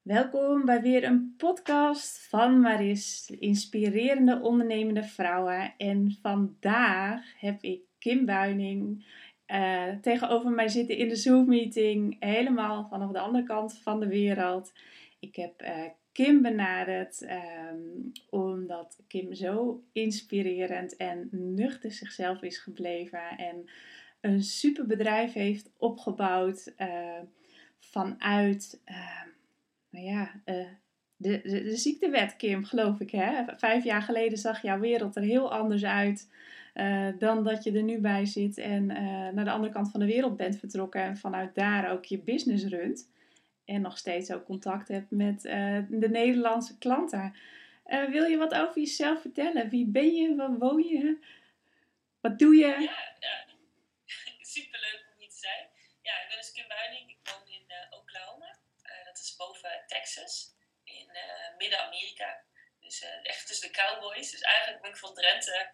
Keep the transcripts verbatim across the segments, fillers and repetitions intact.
Welkom bij weer een podcast van Maris, inspirerende ondernemende vrouwen. En vandaag heb ik Kim Buining uh, tegenover mij zitten in de Zoom-meeting, helemaal vanaf de andere kant van de wereld. Ik heb uh, Kim benaderd um, omdat Kim zo inspirerend en nuchter zichzelf is gebleven en een super bedrijf heeft opgebouwd uh, vanuit... Uh, Nou ja, uh, de, de, de ziektewet, Kim, geloof ik. Hè? Vijf jaar geleden zag jouw wereld er heel anders uit uh, dan dat je er nu bij zit en uh, naar de andere kant van de wereld bent vertrokken en vanuit daar ook je business runt. En nog steeds ook contact hebt met uh, de Nederlandse klanten. Uh, wil je wat over jezelf vertellen? Wie ben je? Waar woon je? Wat doe je? Ja, ja. Superleuk om hier te zijn. Ja, ik ben dus Kim Buining. Ik woon in uh, Oklahoma. Uh, dat is boven Texas, in uh, Midden-Amerika. Dus uh, echt tussen de cowboys. Dus eigenlijk ben ik van Drenthe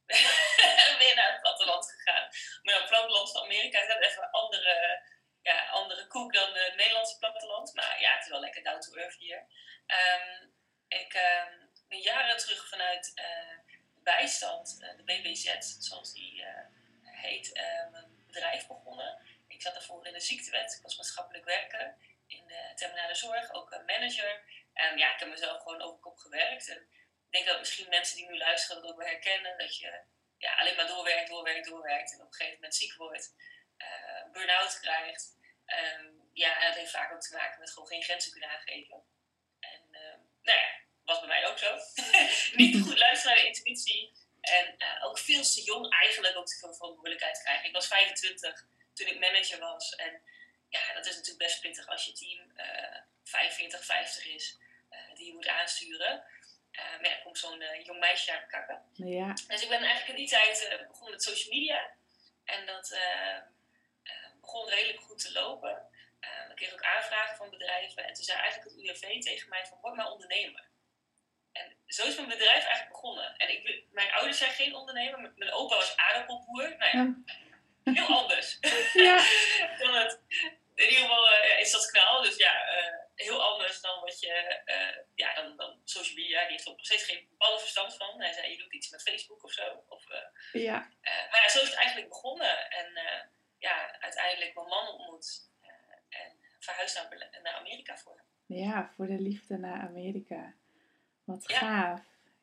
weer naar het platteland gegaan. Maar het platteland van Amerika is net even een andere, ja, andere koek dan het Nederlandse platteland. Maar ja, het is wel lekker down to earth hier. Um, ik um, ben jaren terug vanuit uh, bijstand, uh, de B B Z, zoals die uh, heet, uh, mijn bedrijf begonnen. Ik zat daarvoor in de ziektewet. Ik was maatschappelijk werker in de terminale zorg, ook een manager. En ja, ik heb mezelf gewoon over kop gewerkt. En ik denk dat misschien mensen die nu luisteren dat ook wel herkennen. Dat je ja, alleen maar doorwerkt, doorwerkt, doorwerkt. En op een gegeven moment ziek wordt. Uh, burn-out krijgt. Um, ja, en dat heeft vaak ook te maken met gewoon geen grenzen kunnen aangeven. En uh, nou ja, was bij mij ook zo. Niet goed luisteren naar de intuïtie. En uh, ook veel te jong eigenlijk ook te veel verantwoordelijkheid krijgen. Ik was vijfentwintig toen ik manager was. En ja, dat is natuurlijk best pittig als je team uh, vijfenveertig, vijftig is. Uh, die je moet aansturen. Uh, maar ja, er komt zo'n uh, jong meisje aan kakken. Ja. Dus ik ben eigenlijk in die tijd uh, begonnen met social media. En dat uh, uh, begon redelijk goed te lopen. Uh, ik kreeg ook aanvragen van bedrijven. En toen zei eigenlijk het U W V tegen mij van, word maar ondernemer. En zo is mijn bedrijf eigenlijk begonnen. En ik, mijn ouders zijn geen ondernemer. Mijn opa was aardappelboer. Nou ja, heel anders. Ja. dan het, in ieder geval uh, is dat knal. Dus ja, uh, heel anders dan wat je... Uh, ja, dan, dan social media. Die heeft er nog steeds geen ballen verstand van. Hij zei, je doet iets met Facebook of zo. Of, uh, Ja. Uh, maar ja, zo is het eigenlijk begonnen. En uh, ja, uiteindelijk mijn man ontmoet. Uh, en verhuisd naar, naar Amerika voor hem. Ja, voor de liefde naar Amerika. Wat Ja. gaaf.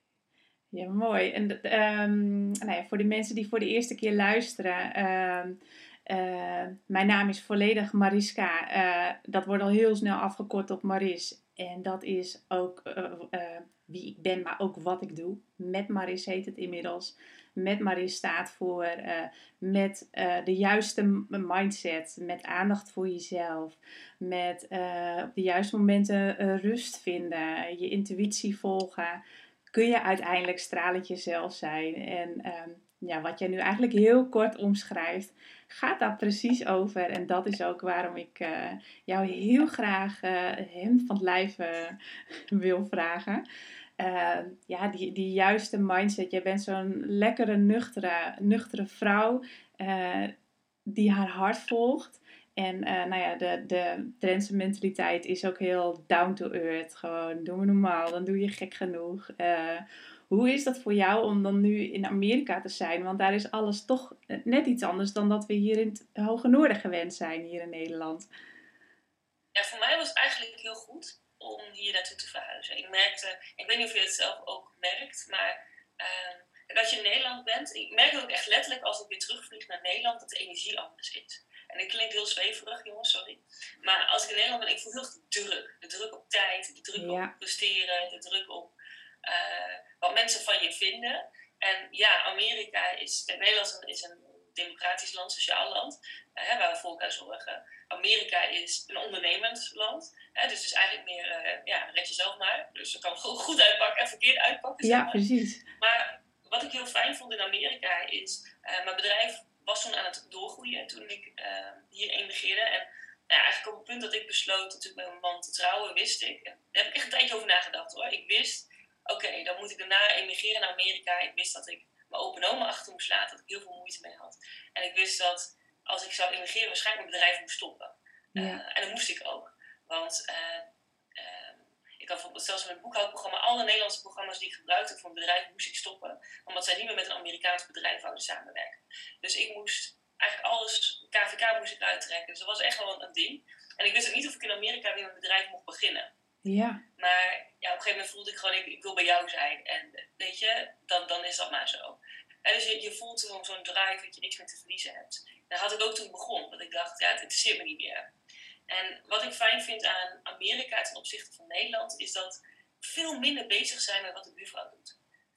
Ja, mooi. En um, nou ja, voor de mensen die voor de eerste keer luisteren. Uh, uh, mijn naam is volledig Mariska. Uh, dat wordt al heel snel afgekort op Maris. En dat is ook uh, uh, wie ik ben, maar ook wat ik doe. Met Maris heet het inmiddels. Met Maris staat voor uh, met uh, de juiste mindset. Met aandacht voor jezelf. Met uh, op de juiste momenten uh, rust vinden. Je intuïtie volgen. Kun je uiteindelijk stralend jezelf zijn. En um, ja, wat jij nu eigenlijk heel kort omschrijft, gaat daar precies over. En dat is ook waarom ik uh, jou heel graag uh, hem van het lijf uh, wil vragen. Uh, ja, die, die juiste mindset. Jij bent zo'n lekkere, nuchtere, nuchtere vrouw uh, die haar hart volgt. En uh, nou ja, de, de Drentse mentaliteit is ook heel down to earth. Gewoon, doe me normaal, dan doe je gek genoeg. Uh, hoe is dat voor jou om dan nu in Amerika te zijn? Want daar is alles toch net iets anders dan dat we hier in het Hoge Noorden gewend zijn, hier in Nederland. Ja, voor mij was het eigenlijk heel goed om hier naartoe te verhuizen. Ik merkte, ik weet niet of je het zelf ook merkt, maar uh, als je in Nederland bent, ik merk ook echt letterlijk als ik weer terugvlieg naar Nederland, dat de energie anders is. En het klinkt heel zweverig, jongens, sorry. Maar als ik in Nederland ben, ik voel heel erg de druk. De druk op tijd, de druk ja. op presteren, de druk op uh, wat mensen van je vinden. En ja, Amerika is, Nederland is een democratisch land, sociaal land, uh, waar we voor elkaar zorgen. Amerika is een ondernemend land. Hè, dus het is eigenlijk meer, uh, ja, red jezelf maar. Dus het kan goed uitpakken en verkeerd uitpakken. Ja, zeg maar. precies. Maar wat ik heel fijn vond in Amerika is, uh, mijn bedrijf was toen aan het doorgroeien toen ik uh, hier emigreerde. En nou ja, eigenlijk op het punt dat ik besloot natuurlijk met mijn man te trouwen, wist ik. En daar heb ik echt een tijdje over nagedacht hoor. Ik wist, oké, okay, dan moet ik daarna emigreren naar Amerika. Ik wist dat ik mijn open oma achter moest laten, dat ik heel veel moeite mee had. En ik wist dat als ik zou emigreren, waarschijnlijk mijn bedrijf moest stoppen. Uh, ja. En dat moest ik ook. Want uh, uh, had bijvoorbeeld zelfs in mijn boekhoudprogramma, alle Nederlandse programma's die ik gebruikte voor een bedrijf, moest ik stoppen. Omdat zij niet meer met een Amerikaans bedrijf wouden samenwerken. Dus ik moest eigenlijk alles, K V K moest ik uittrekken. Dus dat was echt wel een, een ding. En ik wist ook niet of ik in Amerika weer een bedrijf mocht beginnen. Ja. Maar ja, op een gegeven moment voelde ik gewoon, ik, ik wil bij jou zijn. En weet je, dan, dan is dat maar zo. En dus je, je voelt gewoon zo'n drive dat je niks meer te verliezen hebt. En dat had ik ook toen ik begon. Dat ik dacht, ja, het interesseert me niet meer. En wat ik fijn vind aan Amerika ten opzichte van Nederland, is dat we veel minder bezig zijn met wat de buurvrouw doet.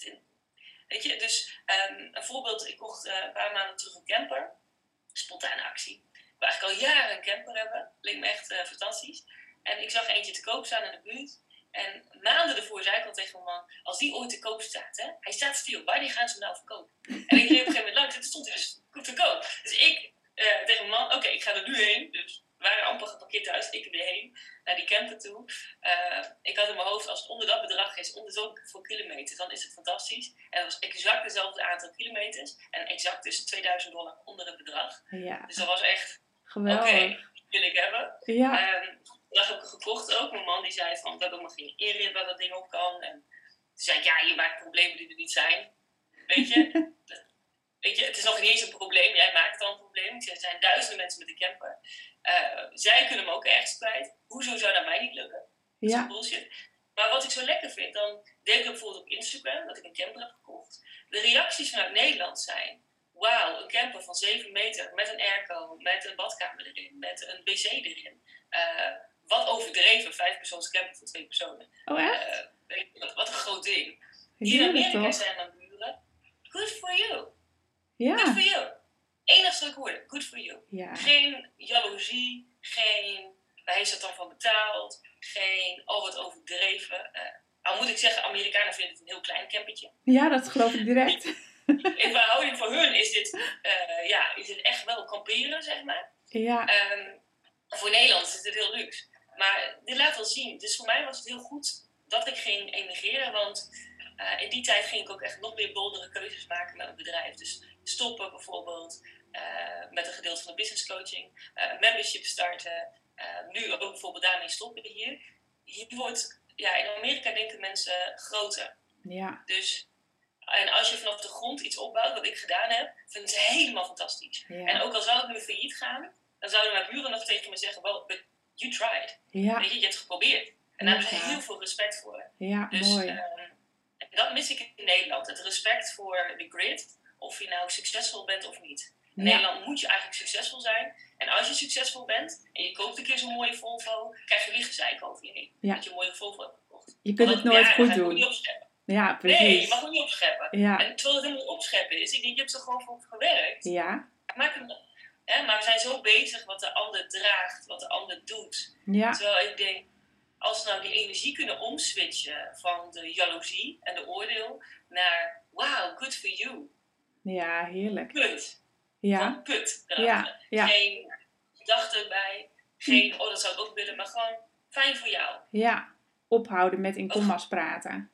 Weet je, dus um, een voorbeeld, ik kocht uh, een paar maanden terug een camper. Spontane actie. Ik wil eigenlijk al jaren een camper hebben. Leek me echt uh, fantastisch. En ik zag eentje te koop staan in de buurt. En maanden ervoor zei ik al tegen mijn man, als die ooit te koop staat, hè, hij staat stil, wanneer gaan ze hem nou verkopen? En ik reed op een gegeven moment langs en toen stond hij dus te koop. Dus ik uh, tegen mijn man, oké, okay, ik ga er nu heen. Dus we waren amper geparkeerd thuis, ik er weer heen, naar die camper toe. Uh, ik had in mijn hoofd, als het onder dat bedrag is, onder zoveel kilometers, dan is het fantastisch. En dat was exact hetzelfde aantal kilometers. En exact dus tweeduizend dollar onder het bedrag. Ja. Dus dat was echt, oké, okay, wil ik hebben. Ja. Um, dat heb ik gekocht ook. Mijn man die zei van, we hebben ook nog geen inrit waar dat ding op kan. En toen zei ik, ja, je maakt problemen die er niet zijn. Weet je? Weet je, het is nog niet eens een probleem. Jij maakt dan een probleem. Ik zei, er zijn duizenden mensen met een camper. Uh, zij kunnen hem ook ergens kwijt. Hoezo zou dat mij niet lukken? Dat is ja. bullshit. Maar wat ik zo lekker vind, dan deel ik bijvoorbeeld op Instagram dat ik een camper heb gekocht. De reacties vanuit Nederland zijn, wauw, een camper van zeven meter met een airco, met een badkamer erin, met een wc erin. Uh, wat overdreven, vijf persoons camper voor twee personen. Oh echt? Uh, wat, wat een groot ding. Hier in Amerika zijn mijn buren, good for you. Ja. Good for you. Enigste wat ik hoorde, good for you. Ja. Geen jaloezie, geen, waar heeft dat dan van betaald, geen, oh wat overdreven. Uh, al moet ik zeggen, Amerikanen vinden het een heel klein campertje. Ja, dat geloof ik direct. In verhouding voor hun is dit, uh, ja, is dit echt wel kamperen, zeg maar. Ja. Um, voor Nederland is dit heel luxe. Maar dit laat wel zien. Dus voor mij was het heel goed dat ik ging emigreren. Want uh, in die tijd ging ik ook echt nog meer boldere keuzes maken met mijn bedrijf. Dus stoppen bijvoorbeeld uh, met een gedeelte van de business coaching. Uh, membership starten. Uh, nu ook bijvoorbeeld daarmee stoppen hier. Hier wordt, ja, in Amerika denken mensen groter. Ja. Dus, en als je vanaf de grond iets opbouwt, wat ik gedaan heb, vind ik het helemaal fantastisch. Ja. En ook al zou ik nu failliet gaan, dan zouden mijn buren nog tegen me zeggen, well, but you tried. Ja. Weet je, je hebt het geprobeerd. En daar hebben ze heel veel respect voor. Ja, dus, mooi. Um, en dat mis ik in Nederland. Het respect voor de grid, of je nou succesvol bent of niet. In ja. Nederland moet je eigenlijk succesvol zijn. En als je succesvol bent, en je koopt een keer zo'n mooie Volvo, krijg je weer gezeik over je heen. Ja. Dat je een mooie Volvo hebt gekocht. Je kunt het nooit ja, goed doen. doen. Ja, precies. Nee, je mag het niet opscheppen. Ja. En terwijl het helemaal opscheppen is, ik denk, je hebt er gewoon voor gewerkt. Ja. Maak hem, hè, maar we zijn zo bezig wat de ander draagt, wat de ander doet. Ja. Terwijl ik denk, als we nou die energie kunnen omswitchen van de jaloezie en de oordeel naar, wow, good for you. Ja, heerlijk. Punt. Ja. Van put. Ja. Ja. Geen gedachte erbij, geen, oh dat zou ik ook willen, maar gewoon fijn voor jou. Ja. Ophouden met in komma's praten.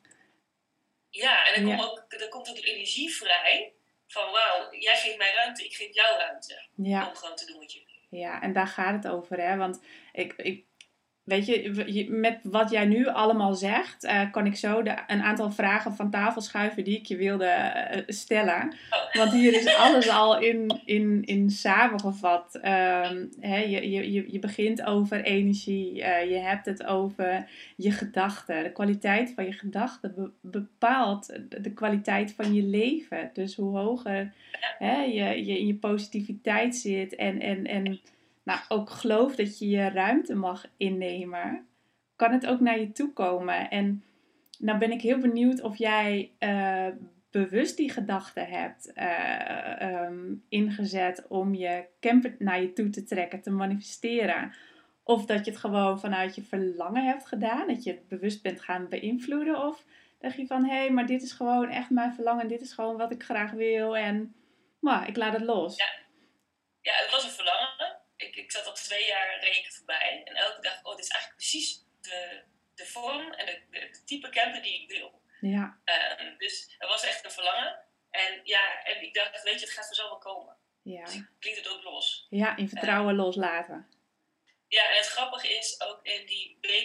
Ja, en dan, ja. Komt ook, dan komt ook de energie vrij van wauw, jij geeft mij ruimte, ik geef jou ruimte. Ja. Om gewoon te doen wat je wil. Ja, en daar gaat het over, hè. Want ik, ik weet je, met wat jij nu allemaal zegt, uh, kan ik zo de, een aantal vragen van tafel schuiven die ik je wilde uh, stellen. Oh. Want hier is alles al in, in, in samengevat. Um, hè, je, je, je begint over energie, uh, je hebt het over je gedachten. De kwaliteit van je gedachten be- bepaalt de kwaliteit van je leven. Dus hoe hoger hè, je, je in je positiviteit zit en... en, en nou, ook geloof dat je je ruimte mag innemen, kan het ook naar je toe komen. En nou ben ik heel benieuwd of jij uh, bewust die gedachten hebt uh, um, ingezet om je camper naar je toe te trekken, te manifesteren. Of dat je het gewoon vanuit je verlangen hebt gedaan, dat je het bewust bent gaan beïnvloeden. Of dacht je van, hé, hey, maar dit is gewoon echt mijn verlangen, dit is gewoon wat ik graag wil en maar, ik laat het los. Ja, ja het was een verlangen. Ik, ik zat al twee jaar reken voorbij. En elke dag, oh, dit is eigenlijk precies de, de vorm en de, de, de type camper die ik wil. Ja. Um, dus het was echt een verlangen. En ja, en ik dacht, weet je, het gaat vanzelf wel komen. Ja. Dus ik liet het ook los. Ja, in vertrouwen um, loslaten. Ja, en het grappige is ook in die week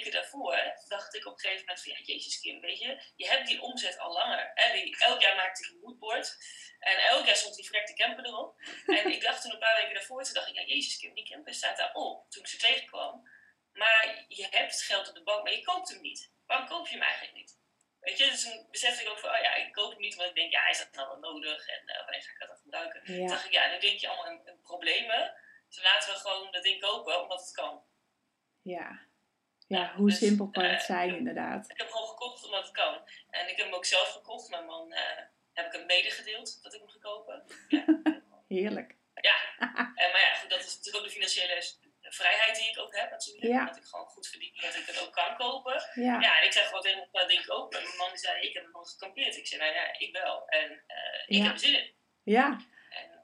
weken daarvoor dacht ik op een gegeven moment van, ja, Jezus Kim, weet je, je hebt die omzet al langer. Hè? Die, elk jaar maakte ik een moodboard en elk jaar stond die verrekte camper erop. En ik dacht toen een paar weken daarvoor, toen dacht ik, ja, Jezus Kim, die camper staat daar op toen ik ze tegenkwam. Maar je hebt het geld op de bank, maar je koopt hem niet. Waarom koop je hem eigenlijk niet? Weet je, dus toen besefte ik ook van, oh ja, ik koop hem niet, omdat ik denk, ja, is dat nou wel nodig? En uh, wanneer ga ik dat gebruiken? Ja. Toen dacht ik, ja, nu denk je allemaal in, in problemen. Dus laten we gewoon dat ding kopen, omdat het kan. Ja, ja, hoe dus, simpel kan uh, het zijn, ik, inderdaad. Ik heb hem gewoon gekocht omdat het kan. En ik heb hem ook zelf gekocht. Mijn man uh, heb ik hem medegedeeld dat ik hem gekocht heb. Ja, heerlijk. Ja, en, maar ja, goed, dat is natuurlijk ook de financiële vrijheid die ik ook heb natuurlijk. Ja. Dat ik gewoon goed verdien, dat ik het ook kan kopen. Ja, ja en ik zeg gewoon tegen hem, dat ding kopen. En mijn man die zei, ik heb hem nog gekampeerd. Ik zei, nou ja, ik wel. En uh, ik ja. heb er zin in. Ja. En,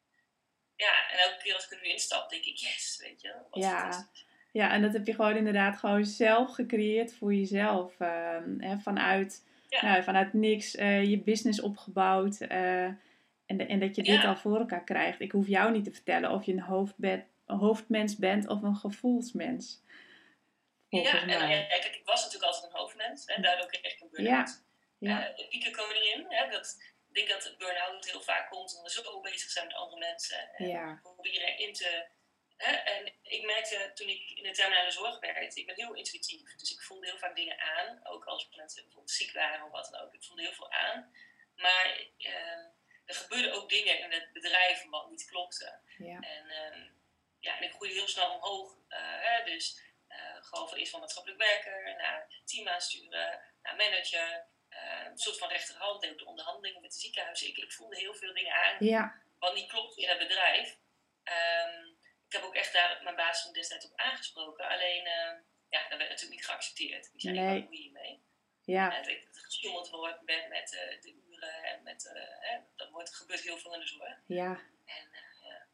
ja, en elke keer als ik er nu instap, denk ik, yes, weet je. Wat ja. ja, en dat heb je gewoon inderdaad gewoon zelf gecreëerd voor jezelf. Uh, hè, vanuit, ja. nou, vanuit niks uh, je business opgebouwd. Uh, en, de, en dat je dit ja. al voor elkaar krijgt. Ik hoef jou niet te vertellen of je een hoofdbed een hoofdmens bent of een gevoelsmens. Ja, en ja, kijk, ik was natuurlijk altijd een hoofdmens. En daardoor kreeg ik een burn-out. Ja. Ja. Uh, de piekenkoningin. Hè, dat, ik denk dat burn-out heel vaak komt omdat we zo bezig zijn met andere mensen. En ja. proberen erin te... Hè, en ik merkte toen ik in de terminale zorg werkte, ik ben heel intuïtief. Dus ik voelde heel vaak dingen aan. Ook als mensen bijvoorbeeld ziek waren of wat dan ook. Ik voelde heel veel aan. Maar uh, er gebeurden ook dingen in het bedrijf wat niet klopte. Ja. En... Uh, Ja, en ik groeide heel snel omhoog. Uh, hè, dus uh, gewoon van eerst van maatschappelijk werker naar team aansturen, naar manager. Uh, een soort van rechterhand, deed ook de onderhandelingen met de ziekenhuizen. Ik, ik voelde heel veel dingen aan ja. wat niet klopt in het bedrijf. Um, ik heb ook echt daar mijn baas van destijds op aangesproken. Alleen, uh, ja, dat werd natuurlijk niet geaccepteerd. Die zei, nee. Wat doe je mee? Ja. Uh, dat ik gesjoemeld wordt met, met uh, de uren en met, uh, hè, dat wordt, gebeurt heel veel in de zorg. Ja. En, uh,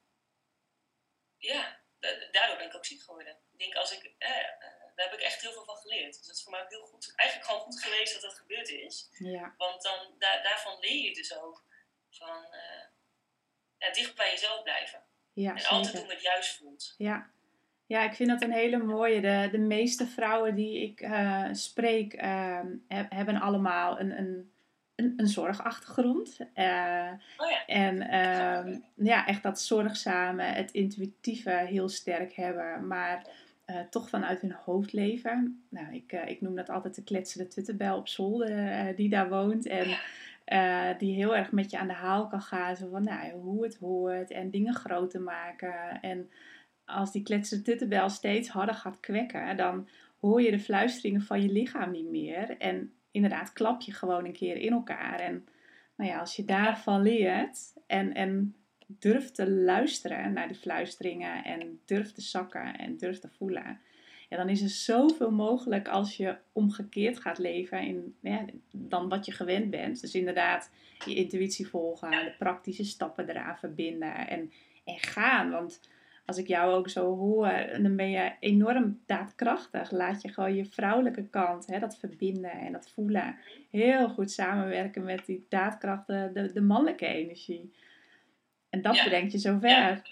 Ja, daardoor ben ik ook ziek geworden. Ik denk, als ik, eh, daar heb ik echt heel veel van geleerd. Dus dat is voor mij ook heel goed, eigenlijk gewoon goed geweest dat dat gebeurd is. Ja. Want dan, da- daarvan leer je dus ook van uh, ja, dicht bij jezelf blijven. Ja, en zeker. altijd doen wat het juist voelt. Ja. Ja, ik vind dat een hele mooie. De, de meeste vrouwen die ik uh, spreek, uh, heb, hebben allemaal een... een Een, een zorgachtergrond. Uh, oh ja. En uh, ja, echt dat zorgzame, het intuïtieve heel sterk hebben. Maar uh, toch vanuit hun hoofd leven. Nou, ik, uh, ik noem dat altijd de kletsende tuttenbel op zolder uh, die daar woont. En uh, die heel erg met je aan de haal kan gaan. Zo van, nou, hoe het hoort. En dingen groot te maken. En als die kletsende tuttenbel steeds harder gaat kwekken, dan hoor je de fluisteringen van je lichaam niet meer. En inderdaad klap je gewoon een keer in elkaar. En nou ja, als je daarvan leert en, en durft te luisteren naar die fluisteringen en durft te zakken en durft te voelen, ja, dan is er zoveel mogelijk als je omgekeerd gaat leven in, ja, dan wat je gewend bent. Dus inderdaad je intuïtie volgen, de praktische stappen eraan verbinden en, en gaan. Want als ik jou ook zo hoor, dan ben je enorm daadkrachtig. Laat je gewoon je vrouwelijke kant, hè, dat verbinden en dat voelen, heel goed samenwerken met die daadkrachten, de, de mannelijke energie. En dat ja. brengt je zo ver. Ja.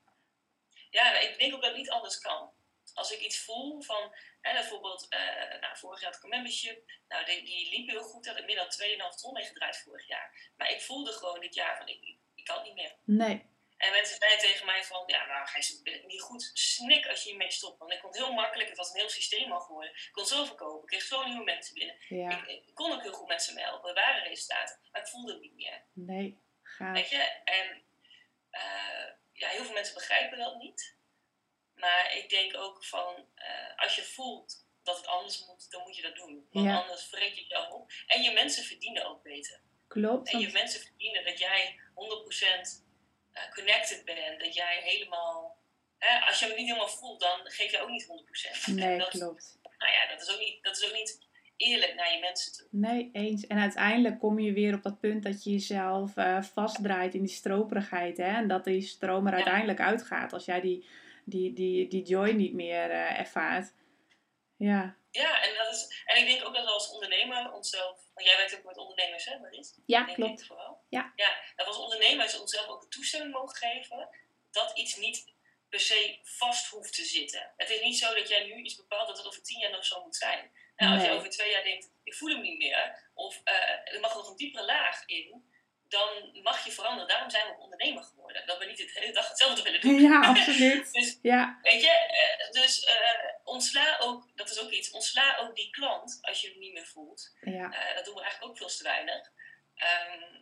ja, ik denk ook dat het niet anders kan. Als ik iets voel van, hè, bijvoorbeeld, uh, nou, vorig jaar had ik een membership. Nou, die, die liep heel goed. Had ik meer dan twee komma vijf ton mee gedraaid vorig jaar. Maar ik voelde gewoon dit jaar van, ik, ik, ik kan het niet meer. Nee. En mensen zeiden tegen mij van, ja, nou, Gijs, ben ik niet goed. Snik als je hiermee stopt. Want ik kon heel makkelijk, het was een heel systeem al geworden. Ik kon zo verkopen, ik kreeg zo nieuwe mensen binnen. Ja. Ik, ik kon ook heel goed mensen mee helpen. Er waren resultaten, maar ik voelde het niet meer. Nee, gaaf. Weet je, en uh, ja, heel veel mensen begrijpen dat niet. Maar ik denk ook van, uh, als je voelt dat het anders moet, dan moet je dat doen. Want ja. anders vreet je jezelf op. En je mensen verdienen ook beter. Klopt. En je mensen verdienen dat jij honderd procent connected bent, dat jij helemaal, hè, als je hem niet helemaal voelt, dan geef je ook niet honderd procent. Nee, dat, klopt. Nou ja, dat is, ook niet, dat is ook niet eerlijk naar je mensen toe. Nee, eens. En uiteindelijk kom je weer op dat punt dat je jezelf uh, vastdraait in die stroperigheid, hè, en dat die stroom er ja. uiteindelijk uitgaat als jij die, die, die, die joy niet meer uh, ervaart. Ja. Ja, en, dat is, en ik denk ook dat we als ondernemer onszelf, want jij werkt ook met ondernemers, hè, Maries? Ja, denk klopt. Ik vooral. Ja. Ja, dat we als ondernemers onszelf ook de toestemming mogen geven dat iets niet per se vast hoeft te zitten. Het is niet zo dat jij nu iets bepaalt dat het over tien jaar nog zo moet zijn. Nou, als Nee. je over twee jaar denkt, ik voel hem niet meer, of uh, er mag nog een diepere laag in, dan mag je veranderen. Daarom zijn we ook ondernemer geworden. Dat we niet de hele dag hetzelfde willen doen. Ja, absoluut. dus, ja. Weet je, uh, dus uh, ontsla ook, dat is ook iets, ontsla ook die klant als je hem niet meer voelt. Ja. Uh, dat doen we eigenlijk ook veel te weinig. Um,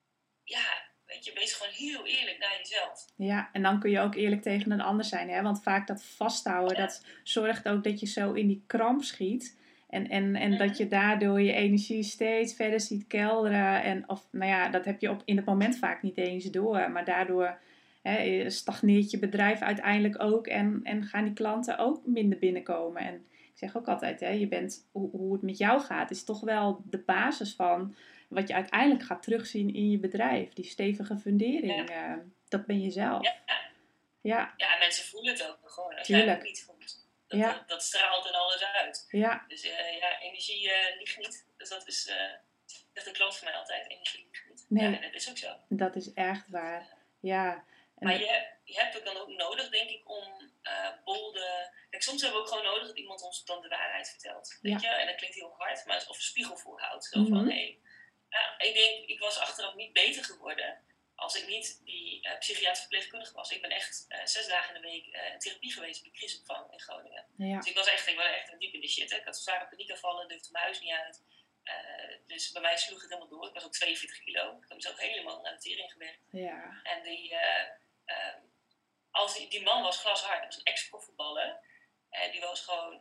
ja, weet je, wees gewoon heel eerlijk naar jezelf. Ja, en dan kun je ook eerlijk tegen een ander zijn, hè? Want vaak dat vasthouden, ja. dat zorgt ook dat je zo in die kramp schiet. En, en, en mm-hmm. dat je daardoor je energie steeds verder ziet kelderen. En of, nou ja, dat heb je op, in het moment vaak niet eens door. Maar daardoor hè, stagneert je bedrijf uiteindelijk ook. En, en gaan die klanten ook minder binnenkomen. En ik zeg ook altijd, hè, je bent, hoe, hoe het met jou gaat, is toch wel de basis van wat je uiteindelijk gaat terugzien in je bedrijf. Die stevige fundering, ja. uh, dat ben je zelf. Ja. Ja. ja, mensen voelen het ook gewoon. Als Tuurlijk. jij het niet voelt. Dat, ja. dat, dat straalt en alles uit. Ja. Dus uh, ja, energie uh, liegt niet. Dus dat is, uh, zegt de klant van mij altijd, energie liegt niet. Nee. Ja, dat is ook zo. Dat is echt waar. Ja. En maar je, je hebt het dan ook nodig, denk ik, om uh, bolde... Kijk, soms hebben we ook gewoon nodig dat iemand ons dan de waarheid vertelt. Weet ja. je? En dat klinkt heel hard, maar of een spiegel voorhoudt. Zo mm-hmm. van, hé, hey, uh, ik denk, ik was achteraf niet beter geworden als ik niet die uh, psychiatrisch verpleegkundige was. Ik ben echt uh, zes dagen in de week uh, in therapie geweest bij de crisisopvang in Groningen. Ja. Dus ik was echt, ik was echt diep in de shit. Hè. Ik had zware paniekaanvallen, durfde mijn huis niet uit. Uh, dus bij mij sloeg het helemaal door. Ik was ook tweeënveertig kilo. Ik heb mezelf helemaal naar de tering gewerkt. Ja. En die, uh, uh, als die, die man was glashard. Dat was een ex-profvoetballer. En die was gewoon...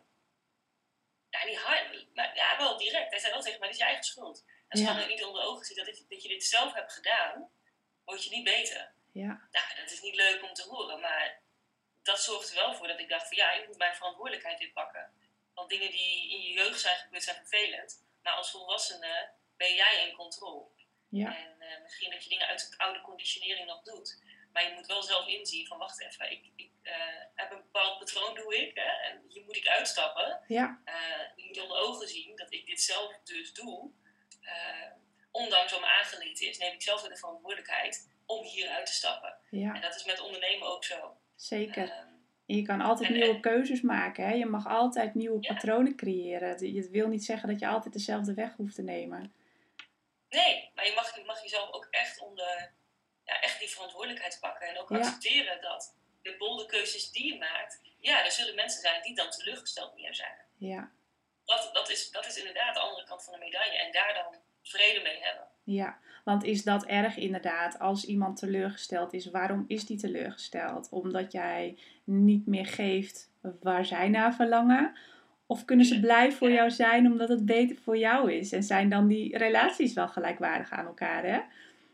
Ja, niet hard, maar ja, wel direct. Hij zei wel tegen mij, dit is je eigen schuld. En zolang ja. je niet onder ogen ziet dat, het, dat je dit zelf hebt gedaan, word je niet beter. Ja. Nou, dat is niet leuk om te horen, maar dat zorgt er wel voor dat ik dacht van ja, ik moet mijn verantwoordelijkheid weer pakken. Want dingen die in je jeugd zijn gebeurd zijn vervelend, maar als volwassene ben jij in controle. Ja. En uh, misschien dat je dingen uit de oude conditionering nog doet, maar je moet wel zelf inzien van wacht even, ik, ik uh, heb een bepaald patroon doe ik, hè, en hier moet ik uitstappen. Ja. Uh, je moet onder ogen zien dat ik dit zelf dus doe. Uh, ondanks wat me aangeleten is, neem ik zelf de verantwoordelijkheid om hier uit te stappen. Ja. En dat is met ondernemen ook zo. Zeker. Uh, en je kan altijd en, nieuwe en, keuzes maken. Hè? Je mag altijd nieuwe ja. patronen creëren. Het wil niet zeggen dat je altijd dezelfde weg hoeft te nemen. Nee, maar je mag, je mag jezelf ook echt onder ja, echt die verantwoordelijkheid pakken. En ook ja. accepteren dat de bolde keuzes die je maakt, ja, er zullen mensen zijn die dan teleurgesteld meer zijn. Ja. Dat, dat, is, dat is inderdaad de andere kant van de medaille. En daar dan vrede mee hebben. Ja, want is dat erg inderdaad? Als iemand teleurgesteld is, waarom is die teleurgesteld? Omdat jij niet meer geeft waar zij naar verlangen? Of kunnen ze blij voor ja. jou zijn omdat het beter voor jou is? En zijn dan die relaties wel gelijkwaardig aan elkaar, hè?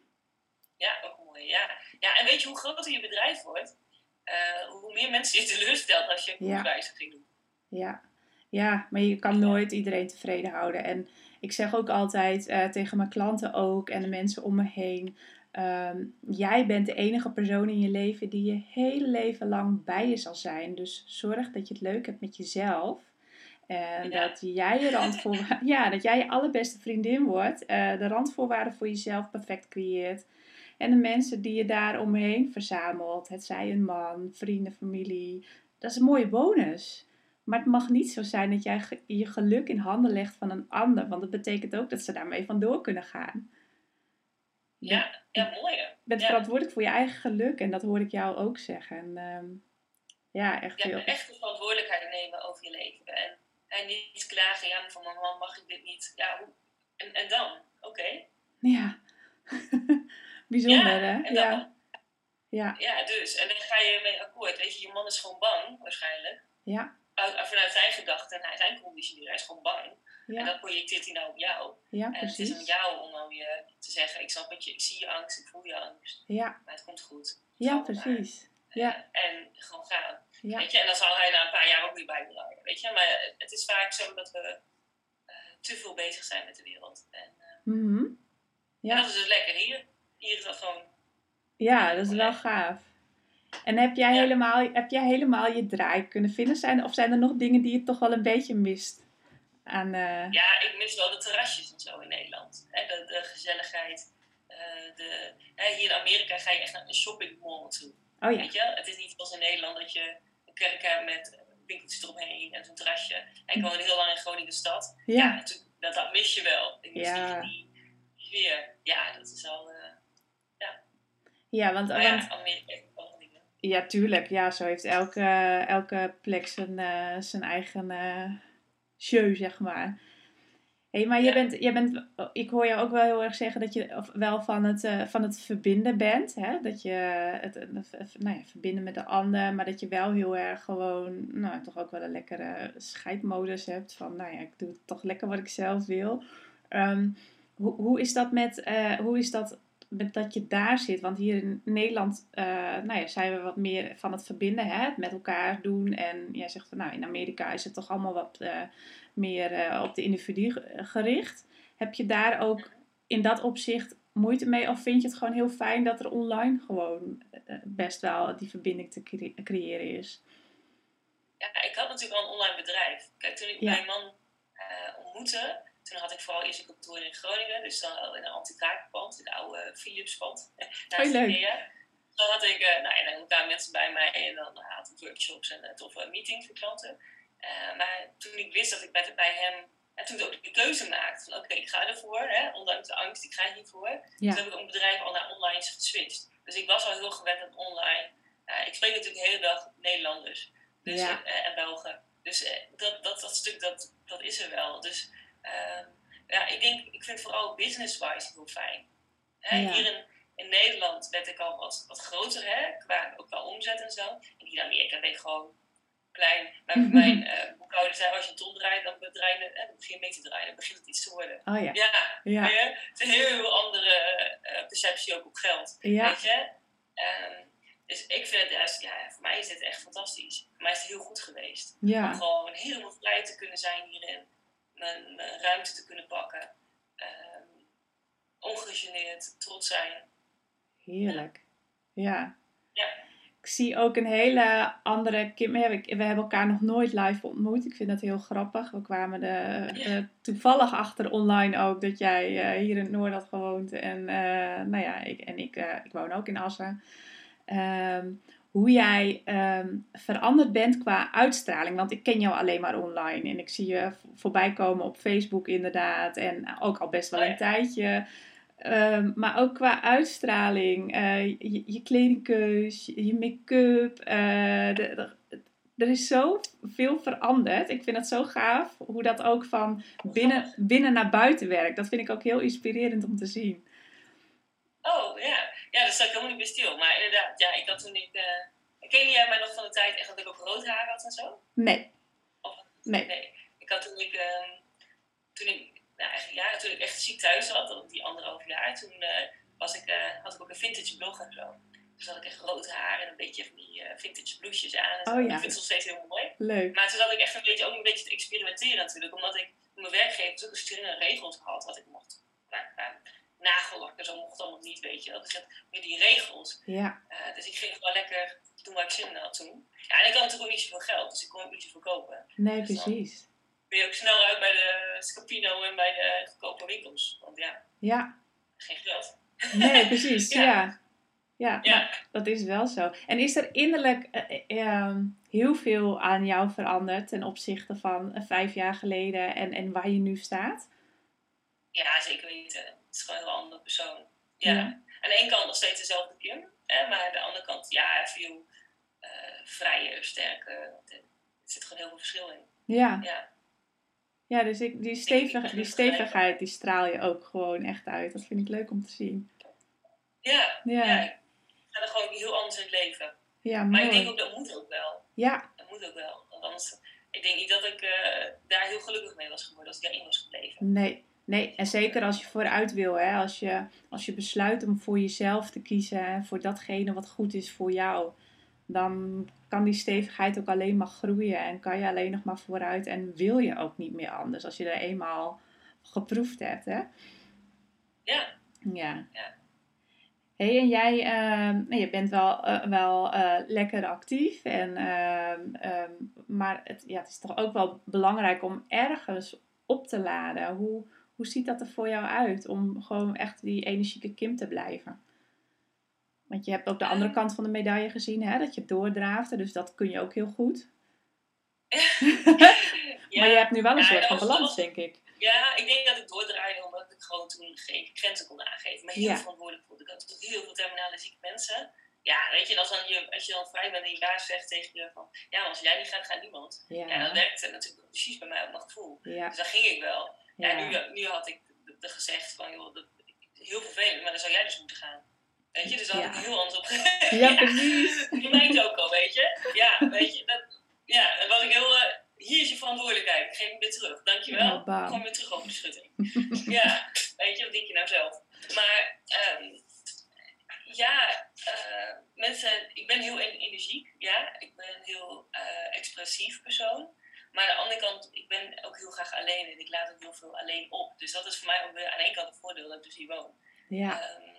Ja, ook mooi, ja. Ja, en weet je hoe groter je bedrijf wordt? Uh, hoe meer mensen je teleurstelt als je koerswijziging doet. Ja. Ja, maar je kan nooit iedereen tevreden houden. En ik zeg ook altijd uh, tegen mijn klanten ook en de mensen om me heen. Um, jij bent de enige persoon in je leven die je hele leven lang bij je zal zijn. Dus zorg dat je het leuk hebt met jezelf. En ja. dat jij je randvoorwaarden, ja, dat jij je allerbeste vriendin wordt. Uh, de randvoorwaarden voor jezelf perfect creëert. En de mensen die je daar omheen verzamelt. Het zij een man, vrienden, familie. Dat is een mooie bonus. Maar het mag niet zo zijn dat jij je geluk in handen legt van een ander. Want dat betekent ook dat ze daarmee vandoor kunnen gaan. Ja, ja mooi. Je bent ja. verantwoordelijk voor je eigen geluk. En dat hoor ik jou ook zeggen. En, um, ja, echt ja, heel... echt de verantwoordelijkheid nemen over je leven. En, en niet klagen. Ja, maar van mijn man mag ik dit niet. Ja, hoe? En, en dan? Oké. Okay. Ja. Bijzonder, ja, hè? En ja. Dan, ja. Ja, dus. En dan ga je mee akkoord. Weet je, je man is gewoon bang, waarschijnlijk. Ja. Vanuit zijn gedachten en zijn conditionering. Hij is gewoon bang. Ja. En dat projecteert hij nou op jou. Ja, en precies. het is aan jou om nou je te zeggen, ik snap het je, ik zie je angst, ik voel je angst. Ja. Maar het komt goed. Ja, precies. Ja. Uh, en gewoon gaan. Ja. Weet je? En dan zal hij na een paar jaar ook weer bijdragen. Weet je? Maar het is vaak zo dat we uh, te veel bezig zijn met de wereld. En, uh, mm-hmm. Ja. en dat is dus lekker hier. Hier is dat gewoon... Ja, dat is wel gaaf. En heb jij, ja. helemaal, heb jij helemaal je draai kunnen vinden? Zijn, of zijn er nog dingen die je toch wel een beetje mist? Aan, uh... Ja, ik mis wel de terrasjes en zo in Nederland. Hè, de, de gezelligheid. Uh, de, hè, hier in Amerika ga je echt naar een shoppingmall toe. Oh ja. Weet je, het is niet zoals in Nederland dat je een kerk hebt met winkeltjes eromheen en zo'n terrasje. En ik woonde heel lang in Groningen stad. Ja. Ja, toen, dat, dat mis je wel. Ik mis Ja. die, die weer. Ja, dat is al... Uh, ja. Ja, want... Maar want ja, Amerika heeft ook wel dingen. Ja, tuurlijk. Ja, zo heeft elke, elke plek zijn, uh, zijn eigen uh, show, zeg maar. Hé, hey, maar Ja. je bent, je bent, ik hoor je ook wel heel erg zeggen dat je of wel van het, uh, van het verbinden bent. Hè? Dat je het, het nou ja, verbinden met de ander, maar dat je wel heel erg gewoon, nou toch ook wel een lekkere scheidmodus hebt. Van, nou ja, ik doe toch lekker wat ik zelf wil. Um, hoe, hoe is dat met, uh, hoe is dat met dat je daar zit? Want hier in Nederland, uh, nou ja, zijn we wat meer van het verbinden, hè? Het met elkaar doen. En jij zegt van, nou, in Amerika is het toch allemaal wat... Uh, meer uh, op de individu gericht. Heb je daar ook in dat opzicht moeite mee? Of vind je het gewoon heel fijn dat er online gewoon uh, best wel die verbinding te cre- creëren is? Ja, ik had natuurlijk al een online bedrijf. Kijk, toen ik ja. mijn man uh, ontmoette, toen had ik vooral eerst een kantoor in Groningen. Dus dan in een anti-kraakpand, in de oude Philips-pand. Naast de IKEA. Dan had ik, uh, nou ja, dan kwamen mensen bij mij en dan uh, had ik workshops en uh, toffe meetings voor klanten. Uh, maar toen ik wist dat ik bij, bij hem, en toen ik ook de keuze maakte van oké, okay, ik ga ervoor, hè, ondanks de angst, ik ga hiervoor. Ja. Toen heb ik mijn bedrijf al naar online geswitcht. Dus ik was al heel gewend aan online. Uh, ik spreek natuurlijk de hele dag Nederlanders dus, ja. uh, en Belgen. Dus uh, dat, dat, dat stuk, dat, dat is er wel. Dus uh, ja, ik denk, ik vind vooral business-wise heel fijn. Hè, ja. Hier in, in Nederland werd ik al wat, wat groter, hè, qua ook wel omzet en zo. En hier in Amerika ben ik gewoon klein. Maar mijn uh, boekhouder zei, als je een ton draait, dan, draai je, eh, dan begin je mee te draaien. Dan begint het iets te worden. Oh ja. Ja. ja. ja. Het is een heel andere uh, perceptie ook op geld. Ja. Weet je? Um, dus ik vind het juist, ja, voor mij is dit echt fantastisch. Voor mij is het heel goed geweest. Ja. Om gewoon helemaal vrij te kunnen zijn hierin. Mijn, mijn ruimte te kunnen pakken. Um, ongegeneerd, trots zijn. Heerlijk. Ja. Ja. Ik zie ook een hele andere Kim. We hebben elkaar nog nooit live ontmoet. Ik vind dat heel grappig. We kwamen er ja. toevallig achter online ook dat jij uh, hier in het noorden had gewoond. En, uh, nou ja, ik, en ik, uh, ik woon ook in Assen. Um, hoe jij um, veranderd bent qua uitstraling. Want ik ken jou alleen maar online. En ik zie je voorbij komen op Facebook inderdaad. En ook al best wel een tijdje. Um, maar ook qua uitstraling, uh, je, je kledingkeus, je, je make-up. Uh, de, de, er is zoveel veranderd. Ik vind het zo gaaf hoe dat ook van binnen, binnen naar buiten werkt. Dat vind ik ook heel inspirerend om te zien. Oh ja, ja, daar sta ik helemaal niet bij stil. Maar inderdaad, ja, ik had toen ik... Uh, ken jij mij nog van de tijd echt dat ik ook rood haar had en zo? Nee. Of, nee. nee. Ik had toen ik... Um, toen ik Nou, eigenlijk, ja, toen ik echt ziek thuis zat, die anderhalf jaar, toen uh, was ik, uh, had ik ook een vintage blog en zo. Dus had ik echt rood haar en een beetje van die uh, vintage blousejes aan. En zo. Oh, ja. Ik vind het nog steeds heel mooi. Leuk. Maar toen had ik echt een beetje, ook een beetje te experimenteren natuurlijk. Omdat ik mijn werkgevers ook een strenge regels had wat ik mocht. Nou, nou, nagellak en zo mocht allemaal niet, weet je wel. Dus ik had meer die regels. Ja. Uh, dus ik ging gewoon lekker doen waar ik zin in had toen. Ja, en ik had natuurlijk ook niet zoveel geld, dus ik kon ook niet zoveel kopen. Nee, dus precies. Dan ben je ook snel uit bij de Scapino en bij de goedkope winkels. Want ja, ja. geen geld. Nee, precies. ja. ja. Ja, ja. Nou, dat is wel zo. En is er innerlijk uh, uh, heel veel aan jou veranderd ten opzichte van uh, vijf jaar geleden en, en waar je nu staat? Ja, zeker weten. Het is gewoon een heel andere persoon. Ja. ja. Aan de ene kant nog steeds dezelfde Kim. Hè, maar aan de andere kant, ja, veel uh, vrijer, sterker. Er zit gewoon heel veel verschil in. Ja. Ja. Ja, dus ik, die, stevig, die stevigheid, die straal je ook gewoon echt uit. Dat vind ik leuk om te zien. Ja, ja. ja ik ga er gewoon heel anders in het leven. Ja, maar mooi. ik denk ook, dat moet ook wel. Ja. Dat moet ook wel. Want anders, ik denk niet dat ik uh, daar heel gelukkig mee was geworden als ik daarin was gebleven. Nee, nee. En zeker als je vooruit wil. Hè? Als, je, als je besluit om voor jezelf te kiezen. Hè? Voor datgene wat goed is voor jou. Dan kan die stevigheid ook alleen maar groeien. En kan je alleen nog maar vooruit. En wil je ook niet meer anders. Als je er eenmaal geproefd hebt. Hè? Ja. Ja. ja. Hey, en jij uh, je bent wel, uh, wel uh, lekker actief. En, uh, um, maar het, ja, het is toch ook wel belangrijk om ergens op te laden. Hoe, hoe ziet dat er voor jou uit? Om gewoon echt die energieke Kim te blijven? Want je hebt ook de andere Um, kant van de medaille gezien, hè? Dat je doordraafde, dus dat kun je ook heel goed. Maar je hebt ja, nu wel een ja, soort dat van was, dat balans, was denk ik. Ja, ik denk dat ik doordraaide omdat ik gewoon toen geen grenzen kon aangeven. Me heel Ja, verantwoordelijk voelde. Ik had natuurlijk heel veel terminale zieke mensen. Ja, weet je, en als, dan je, als je dan vrij bent en je baas zegt tegen je van... Ja, maar als jij niet gaat, gaat niemand. Ja, dan ja, werkt het natuurlijk precies bij mij op mijn gevoel. ja, Dus dan ging ik wel. Ja, ja, nu, nu had ik de, de gezegd van... Joh, dat, heel vervelend, maar dan zou jij dus moeten gaan. Weet je, dus daar had ik ja. heel anders op Ja, Ja, precies. je meent ook al, weet je. Ja, weet je, dat, ja, dan was ik heel... Uh, hier is je verantwoordelijkheid, ik geef hem weer terug. Nou, Dankjewel, gewoon bam. weer terug over de schutting. Ja, weet je, wat denk je nou zelf? Maar um, ja, uh, mensen, ik ben heel energiek, ja. Ik ben een heel uh, expressief persoon. Maar aan de andere kant, ik ben ook heel graag alleen en ik laat ook heel veel alleen op. Dus dat is voor mij ook weer aan de ene kant een voordeel dat ik dus hier woon. Ja, Um,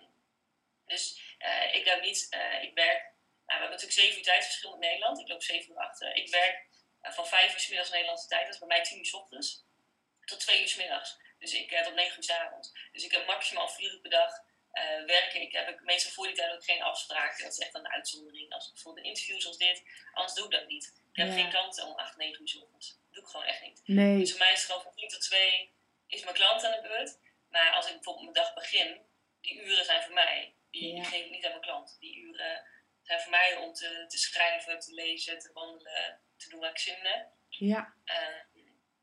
dus uh, ik heb niet, uh, ik werk, nou, we hebben natuurlijk zeven uur tijdsverschil met Nederland. Ik loop zeven uur achter. Ik werk uh, van vijf uur 's middags Nederlandse tijd, dat is bij mij tien uur 's ochtends, tot twee uur 's middags. Dus ik uh, tot negen uur 's avonds. Dus ik heb maximaal vier uur per dag uh, werken. Ik heb ik, meestal voor die tijd ook geen afspraken. Dat is echt een uitzondering. Als ik bijvoorbeeld een interview zoals dit, anders doe ik dat niet. Ik heb geen ja. klanten om acht, negen uur 's ochtends. Dat doe ik gewoon echt niet. Dus Nee. voor mij is het gewoon van tien tot twee is mijn klant aan de beurt. Maar als ik bijvoorbeeld mijn dag begin, die uren zijn voor mij. Die, die Ja, geef ik niet aan mijn klant. Die uren zijn voor mij om te, te schrijven, te lezen, te wandelen, te doen wat ik zin in heb. ja, Uh,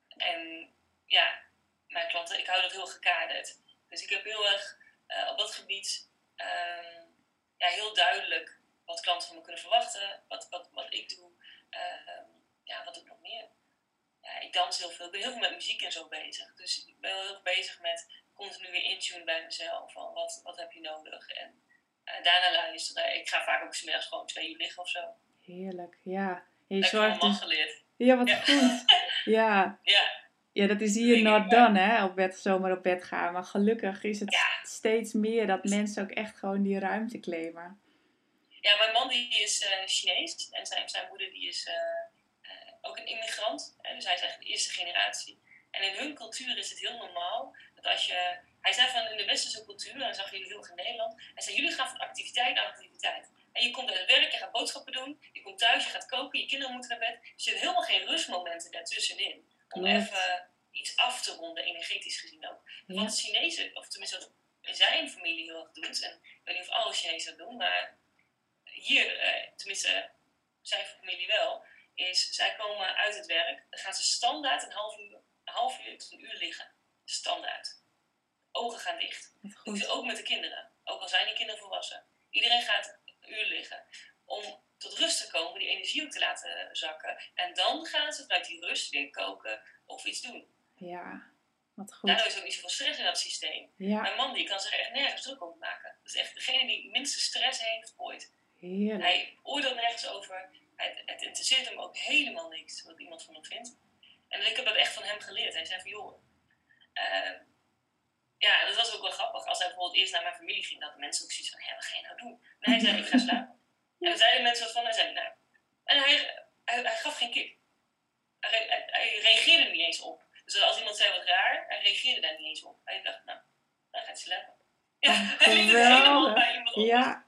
en ja, mijn klanten, ik hou dat heel gekaderd. Dus ik heb heel erg uh, op dat gebied um, ja, heel duidelijk wat klanten van me kunnen verwachten, wat, wat, wat ik doe. Uh, ja, wat doe ik nog meer? Ja, ik dans heel veel, ik ben heel veel met muziek en zo bezig. Dus ik ben heel erg bezig met continu weer intunen bij mezelf. Van wat, wat heb je nodig? En uh, daarna luisteren. Ik ga vaak ook 's middags gewoon twee uur liggen of zo. heerlijk. Ja. En je Dat heb ik van zorgt mijn man dus... geleerd. Ja, wat Ja, goed. Ja. ja, Ja, dat is dat hier denk ik not maar. done, hè? Op bed, zomaar op bed gaan. Maar gelukkig is het Ja, steeds meer dat dus, mensen ook echt gewoon die ruimte claimen. ja, mijn man die is uh, Chinees en zijn, zijn moeder die is uh, uh, ook een immigrant. Hè, dus hij is echt de eerste generatie. En in hun cultuur is het heel normaal dat als je... Hij zei van in de westerse cultuur, en dat zag jullie heel erg in Nederland. Hij zei, jullie gaan van activiteit naar activiteit. En je komt uit het werk, je gaat boodschappen doen, je komt thuis, je gaat koken, je kinderen moeten naar bed. Dus je hebt helemaal geen rustmomenten daartussenin. Om Klopt. even iets af te ronden, energetisch gezien ook. Ja. Wat Chinezen, of tenminste wat zijn familie heel erg doet, en ik weet niet of alle Chinezen dat doen, maar hier, eh, tenminste zijn familie wel, is zij komen uit het werk, dan gaan ze standaard een half uur, een half uur tot een uur liggen. Standaard. Ogen gaan dicht. Wat Dat doen ze goed. ook met de kinderen. Ook al zijn die kinderen volwassen. Iedereen gaat een uur liggen. Om tot rust te komen, die energie ook te laten zakken. En dan gaan ze vanuit die rust weer koken of iets doen. Ja, wat Daardoor goed. is ook niet zoveel stress in dat systeem. Ja, Mijn man die kan zich echt nergens druk op maken. Dat is echt degene die het minste stress heeft ooit. heerlijk. Hij oordeelt nergens over. Het, het interesseert hem ook helemaal niks wat iemand van hem vindt. En ik heb dat echt van hem geleerd. Hij zei van joh, uh, ja, dat was ook wel grappig. Als hij bijvoorbeeld eerst naar mijn familie ging, dat de mensen ook zoiets van, hé, wat ga je nou doen? En hij zei, ik ga slapen. Ja. En dan zeiden mensen wat van, hij zei, nou. En hij, hij, hij gaf geen kick. Hij, hij, hij reageerde er niet eens op. Dus als iemand zei wat raar, hij reageerde daar niet eens op. Hij dacht, nou, dan gaat hij slapen. Ja, Oh, hij liet het helemaal bij iemand op. Ja.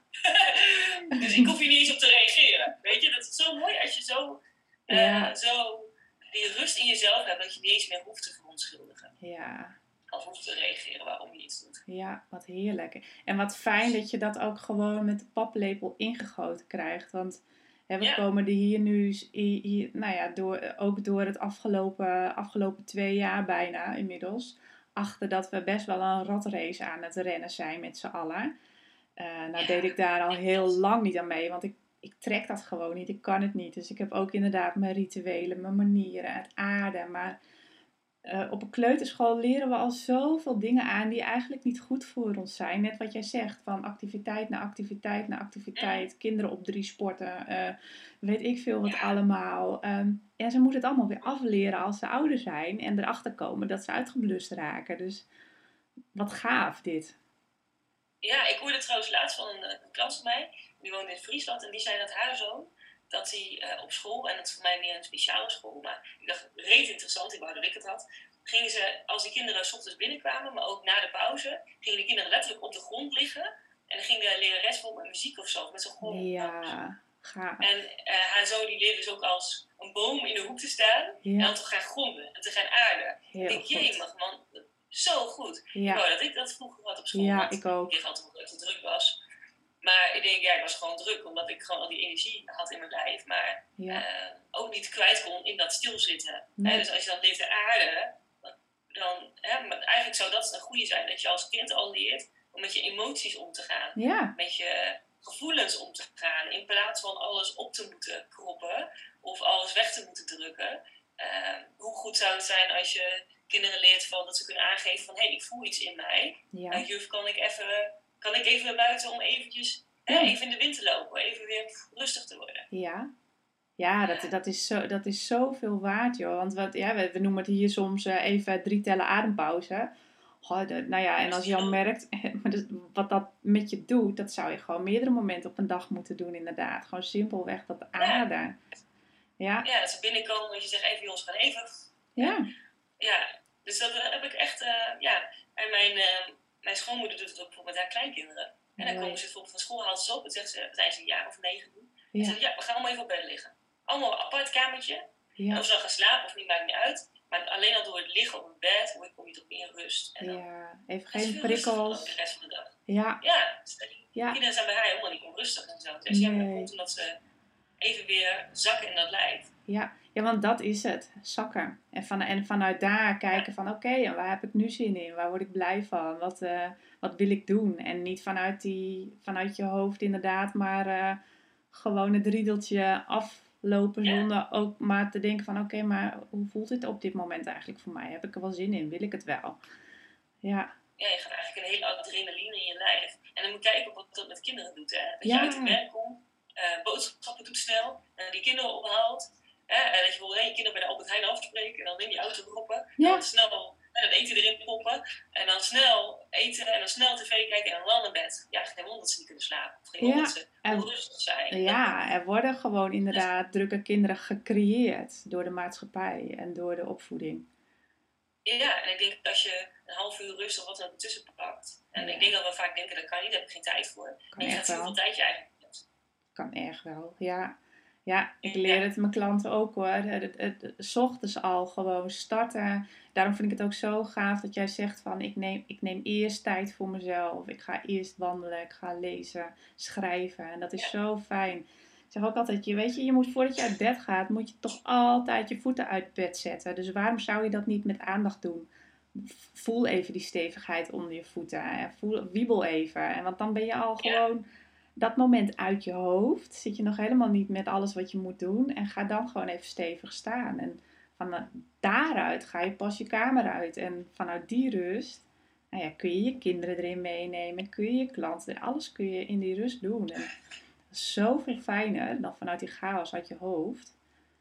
Dus ik hoef hier niet eens op te reageren. Weet je, dat is zo mooi als je zo, uh, Ja. zo die rust in jezelf hebt, dat je niet eens meer hoeft te verontschuldigen. Ja. Of hoeft te reageren waarom je iets doet. Ja, wat heerlijk. En wat fijn dat je dat ook gewoon met de paplepel ingegoten krijgt. Want hè, we Ja. komen er hier nu, hier, nou ja, door, ook door het afgelopen, afgelopen twee jaar bijna inmiddels, achter dat we best wel een ratrace aan het rennen zijn met z'n allen. Uh, nou Ja. deed ik daar al heel lang niet aan mee, want ik, ik trek dat gewoon niet. Ik kan het niet. Dus ik heb ook inderdaad mijn rituelen, mijn manieren, het aarden. Maar uh, op een kleuterschool leren we al zoveel dingen aan die eigenlijk niet goed voor ons zijn. Net wat jij zegt, van activiteit naar activiteit naar activiteit. Mm. Kinderen op drie sporten, uh, weet ik veel wat ja. allemaal. Um, en ze moeten het allemaal weer afleren als ze ouder zijn en erachter komen dat ze uitgeblust raken. Dus wat gaaf dit. Ja, ik hoorde trouwens laatst van een, een klant van mij, die woont in Friesland, en die zei dat haar zoon, dat hij uh, op school, en dat is voor mij niet een speciale school, maar ik dacht, reet interessant, ik wou dat ik het had, gingen ze, als die kinderen 's ochtends binnenkwamen, maar ook na de pauze, gingen de kinderen letterlijk op de grond liggen En dan ging de lerares vol met muziek of zo, met zo'n gong. Ja, gaaf. En uh, haar zoon die leerde dus ook als een boom in de hoek te staan. Ja. En dan te gaan gronden en te gaan aarden. Heel ik denk, jee, man, zo goed. Ja. Ik wou dat ik dat vroeger had op school. Ja, ik ook. Ik kreeg altijd omdat ik te druk was. Maar ik denk, ja, ik was gewoon druk, omdat ik gewoon al die energie had in mijn lijf. Maar ja. uh, ook niet kwijt kon in dat stilzitten. Nee. Hè? Dus als je dan leert te aarden, dan, hè, maar eigenlijk zou dat een goede zijn. Dat je als kind al leert om met je emoties om te gaan. Ja. Met je gevoelens om te gaan. In plaats van alles op te moeten kroppen of alles weg te moeten drukken. Uh, hoe goed zou het zijn als je kinderen leert van, dat ze kunnen aangeven van, hé, hey, ik voel iets in mij. Ja. Uh, juf, kan ik even... Kan ik even naar buiten om eventjes, ja. hè, even in de wind te lopen, even weer rustig te worden. Ja, ja, dat, dat, is, zo, dat is zoveel waard, joh. Want wat, ja, we, we noemen het hier soms uh, even drie tellen adempauze. Goh, de, nou ja, en als je al merkt wat dat met je doet, dat zou je gewoon meerdere momenten op een dag moeten doen, inderdaad. Gewoon simpelweg dat aarden. Ja, ja, dat ze binnenkomen en je zegt even, jongens, gaan even. Ja. Ja, dus dat uh, heb ik echt, uh, ja. En mijn... Uh, Mijn schoonmoeder doet het ook bijvoorbeeld met haar kleinkinderen. En dan Mooi. komen ze bijvoorbeeld van school, haalt ze op en zegt ze, zijn ze een jaar of negen nu. Ja. En ze zegt, ja, we gaan allemaal even op bed liggen. Allemaal een apart kamertje. Ja. Of ze dan gaan slapen of niet, maakt niet uit. Maar alleen al door het liggen op een bed, kom je toch in rust. En dan, ja, even geen prikkels. De rest van de dag. Ja. Ja, ja. kinderen zijn bij haar helemaal niet onrustig en zo. Dus nee. Ja, dat komt omdat ze even weer zakken in dat lijf. Ja. Ja, want dat is het. Zakken. En, van, en vanuit daar kijken van oké, okay, waar heb ik nu zin in? Waar word ik blij van? Wat, uh, wat wil ik doen? En niet vanuit, die, vanuit je hoofd inderdaad, maar uh, gewoon het riedeltje aflopen ja. zonder ook maar te denken van oké, okay, maar hoe voelt dit op dit moment eigenlijk voor mij? Heb ik er wel zin in? Wil ik het wel? Ja. Ja, je gaat eigenlijk een hele adrenaline in je lijf. En dan moet je kijken wat dat met kinderen doet. Hè? Dat ja. je uit het werk komt, uh, boodschappen doet snel, en die kinderen ophaalt. Hè, en dat je bijvoorbeeld je kinderen bij de Albert Heijn afspreken en dan in die auto roepen. Ja. En dan snel en dan eten erin poppen. En dan snel eten en dan snel tv kijken en dan wel naar bed. Ja, geen wonder dat ze niet kunnen slapen. Of geen wonder ja. dat ze onrustig zijn. Ja, er worden gewoon inderdaad dus, drukke kinderen gecreëerd door de maatschappij en door de opvoeding. Ja, en ik denk dat als je een half uur rust of wat er tussen pakt. En ja. ik denk dat we vaak denken, dat kan niet, daar heb ik geen tijd voor. Kan en je gaat zien hoeveel tijd je eigenlijk hebt. Kan erg wel, ja. Ja, ik leer ja. het mijn klanten ook hoor. Het, het, het, het, 's ochtends al gewoon starten. Daarom vind ik het ook zo gaaf dat jij zegt van ik neem, ik neem eerst tijd voor mezelf. Ik ga eerst wandelen, ik ga lezen, schrijven. En dat is ja. zo fijn. Ik zeg ook altijd, je weet je, je moet voordat je uit bed gaat, moet je toch altijd je voeten uit bed zetten. Dus waarom zou je dat niet met aandacht doen? Voel even die stevigheid onder je voeten. Voel, wiebel even. En want dan ben je al gewoon... Ja. Dat moment uit je hoofd, zit je nog helemaal niet met alles wat je moet doen. En ga dan gewoon even stevig staan. En van daaruit ga je pas je kamer uit. En vanuit die rust, nou ja, kun je je kinderen erin meenemen. Kun je je klanten, alles kun je in die rust doen. En dat is zoveel fijner dan vanuit die chaos uit je hoofd.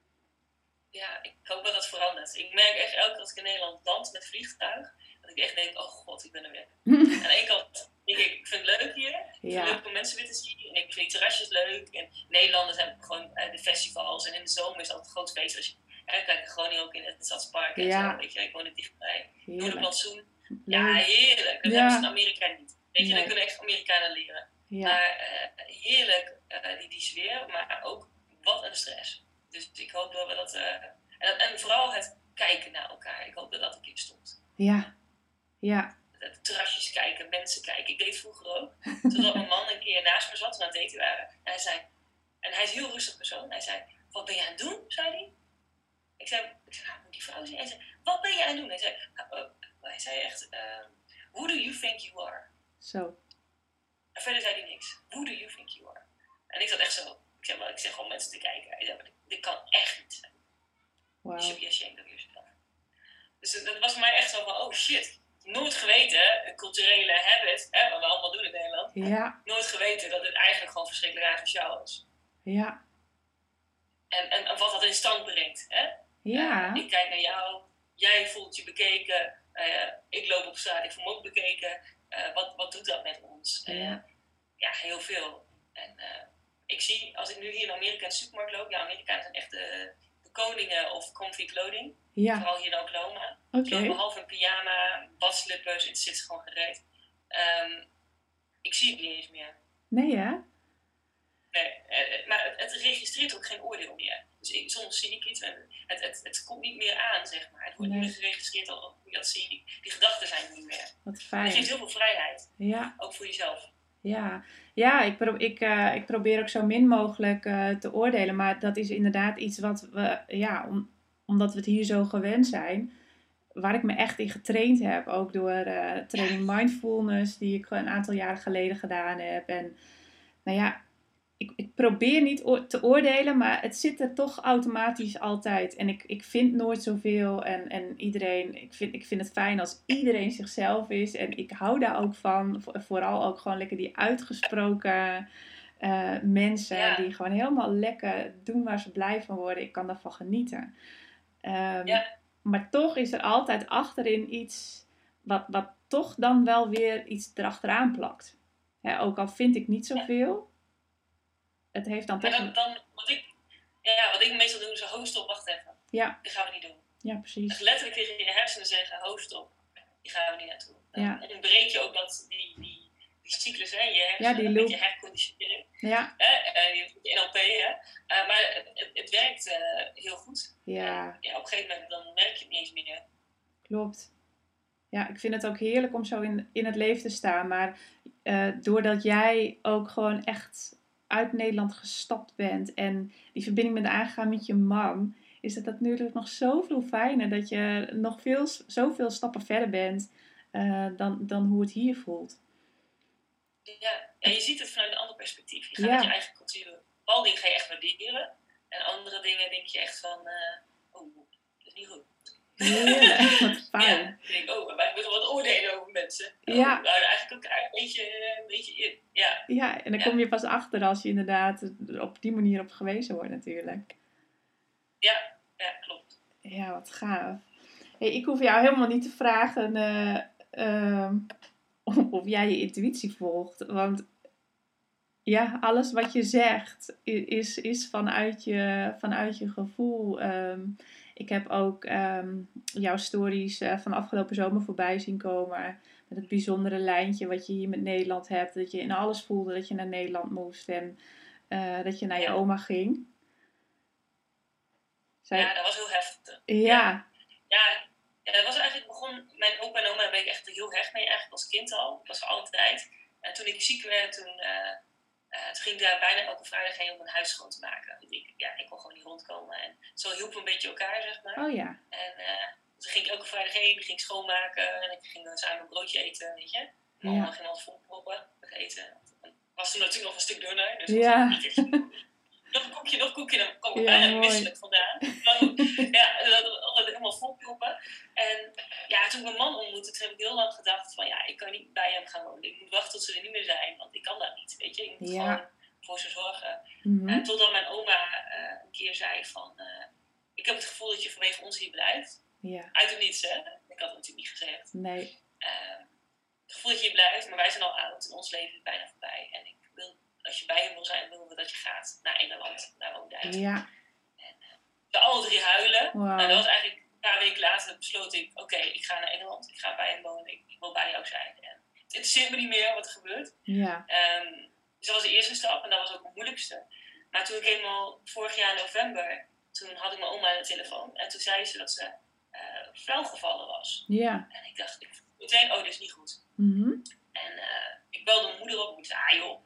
Ja, ik hoop dat dat verandert. Ik merk echt elke keer als ik in Nederland land met vliegtuig, dat ik echt denk, oh god, ik ben er weer. Aan de ene kant denk ik, ik vind het leuk hier. Ik vind het ja. leuk om mensen weer te zien. En ik vind die terrasjes leuk. En Nederlanders hebben gewoon uh, de festivals. En in de zomer is het altijd een groot feest. Als je, uh, kijk, in Groningen ook in het Stadspark en ja. zo. Weet je, ik woon er dichtbij. Door de plantsoen. Ja, heerlijk. Dat ja. hebben ze in Amerika niet. Weet je, nee. Dan kunnen echt Amerikanen leren. Ja. Maar uh, heerlijk, uh, die, die sfeer. Maar ook, wat een stress. Dus ik hoop dat we dat... Uh, en, en vooral het kijken naar elkaar. Ik hoop dat dat een keer stopt. Ja, ja. Terrasjes kijken, mensen kijken. Ik deed het vroeger ook. Totdat mijn man een keer naast me zat, toen we aan het eten waren. En hij zei, en hij is een heel rustig persoon. Hij zei, wat ben je aan het doen? Zei hij. Ik zei, ik zei nou, moet die vrouw zien. Hij zei, wat ben je aan het doen? Hij zei, uh, uh, hij zei echt, uh, who do you think you are? Zo. So. En verder zei hij niks. Who do you think you are? En ik zat echt zo. Ik zeg, maar, ik zeg gewoon mensen te kijken. Hij zei, maar dit kan echt niet zijn. Wow. You should be ashamed of yourself. Dus dat was voor mij echt zo van, oh shit. Nooit geweten, een culturele habit, hè, wat we allemaal doen in Nederland. Ja. Nooit geweten dat het eigenlijk gewoon verschrikkelijk asociaal is. Ja. En, en, en wat dat in stand brengt. Hè? Ja. Uh, ik kijk naar jou, jij voelt je bekeken. Uh, ik loop op straat, ik voel me ook bekeken. Uh, wat, wat doet dat met ons? Uh, ja. ja, heel veel. En uh, ik zie, als ik nu hier in Amerika in de supermarkt loop, ja, Amerikanen zijn echt de, de koningen of comfy clothing. Ja. Vooral hier in Oklahoma. Okay. Behalve een pyjama, badslippers, het zit gewoon gereed. Um, Ik zie het niet eens meer. Nee, hè? Nee, eh, maar het, het registreert ook geen oordeel meer. Dus ik, soms zie ik iets en het, het, het komt niet meer aan, zeg maar. Het wordt Nee. niet meer geregistreerd, al hoe je dat ziet. Die, die gedachten zijn er niet meer. Wat Dat fijn. geeft heel veel vrijheid. Ja, Ook voor jezelf. ja. Ja, ik, pro- ik, eh, ik probeer ook zo min mogelijk eh, te oordelen. Maar dat is inderdaad iets wat we, ja, om, omdat we het hier zo gewend zijn, waar ik me echt in getraind heb. Ook door eh, training mindfulness, die ik een aantal jaren geleden gedaan heb. En nou ja, ik, ik probeer niet oor- te oordelen, maar het zit er toch automatisch altijd. En ik, ik vind nooit zoveel. En, en iedereen, ik vind, ik vind het fijn als iedereen zichzelf is. En ik hou daar ook van. Vo- Vooral ook gewoon lekker die uitgesproken eh, mensen. Ja. Die gewoon helemaal lekker doen waar ze blij van worden. Ik kan daarvan genieten. Ehm, Ja. Maar toch is er altijd achterin iets wat, wat toch dan wel weer iets erachteraan plakt. Hè, ook al vind ik niet zoveel. Het heeft dan Maar toch... dan, dan wat, ik, ja, wat ik meestal doe is een hoofd op, wacht even. Ja, Dat gaan we niet doen. ja, Dus precies. letterlijk tegen je hersenen zeggen, hoofd op. Die gaan we niet naartoe. Dan, Ja. En dan breek je ook dat, die, die, die cyclus, hè, in je hersenen, Ja, die met loop. je herconditionering. Ja, Hè, eh, je hebt N L P, hè. Uh, maar het, het, het werkt uh, heel goed. ja, En, ja, op een gegeven moment dan merk je het niet eens meer. klopt. Ja, ik vind het ook heerlijk om zo in, in het leven te staan. Maar uh, doordat jij ook gewoon echt uit Nederland gestapt bent en die verbinding bent aangegaan met je man, is het natuurlijk nog zoveel fijner dat je nog veel, zoveel stappen verder bent uh, dan, dan hoe het hier voelt. Ja, en je ziet het vanuit een ander perspectief. Je gaat Ja. met je eigen cultuur. Bepaalde dingen ga je echt waarderen. En andere dingen denk je echt van, uh, oh, dat is niet goed. Heerlijk, wat fijn. Ja, ik denk, oh, wij moeten wat oordelen over mensen. Oh, Ja. we houden eigenlijk ook een beetje, een beetje in. Ja. Ja, en dan Ja. kom je pas achter als je inderdaad op die manier op gewezen wordt natuurlijk. Ja, ja, klopt. Ja, wat gaaf. Hey, ik hoef jou helemaal niet te vragen uh, uh, of jij je intuïtie volgt. Want ja, alles wat je zegt is, is vanuit, je, vanuit je gevoel. Um, ik heb ook um, jouw stories uh, van afgelopen zomer voorbij zien komen. Met het bijzondere lijntje wat je hier met Nederland hebt. Dat je in alles voelde dat je naar Nederland moest. En uh, dat je naar ja. je oma ging. Zij... Ja, dat was heel heftig. Ja. Ja. ja. Ja, dat was eigenlijk begon, mijn opa en oma, daar ben ik echt heel hecht mee eigenlijk als kind al. Dat was voor altijd. En toen ik ziek werd, toen, uh, uh, toen ging ik daar bijna elke vrijdag heen om een huis schoon te maken. Ik, ja, ik kon gewoon niet rondkomen. En zo hielpen we een beetje elkaar, zeg maar. Oh ja. En uh, toen ging ik elke vrijdag heen, ging schoonmaken. En ik ging dan samen een broodje eten, weet je. Mijn ja. oma ging alles volproppen met eten. Er was toen natuurlijk nog een stuk dunner, dus ja. dat was niet nog een koekje, nog een koekje, dan kwam ik ja, bijna misselijk vandaan. Dan, ja, dat was altijd helemaal volproppen. En ja, toen ik mijn man ontmoette, toen heb ik heel lang gedacht van ja, ik kan niet bij hem gaan wonen. Ik moet wachten tot ze er niet meer zijn, want ik kan dat niet, weet je. Ik moet ja. gewoon voor ze zorgen. Mm-hmm. En totdat mijn oma uh, een keer zei van, uh, ik heb het gevoel dat je vanwege ons hier blijft. Ja. Uit het niets, hè. Ik had het natuurlijk niet gezegd. Nee. Uh, het gevoel dat je hier blijft, maar wij zijn al oud en ons leven is bijna voorbij. En ik wil... Als je bij hem wil zijn, willen we dat je gaat naar Engeland, naar woontijd. Ja. En uh, we alle drie huilen. Wow. Nou, dat was eigenlijk een paar weken later besloot ik, oké, okay, ik ga naar Engeland. Ik ga bij hem wonen. Ik, ik wil bij jou zijn. En het interesseert me niet meer wat er gebeurt. Ja. Um, dus dat was de eerste stap en dat was ook het moeilijkste. Maar toen ik eenmaal vorig jaar november, toen had ik mijn oma aan de telefoon. En toen zei ze dat ze uh, flauw gevallen was. Ja. En ik dacht ik, meteen, oh, dit is niet goed. Mm-hmm. En uh, ik belde mijn moeder op en ik zei, ah joh.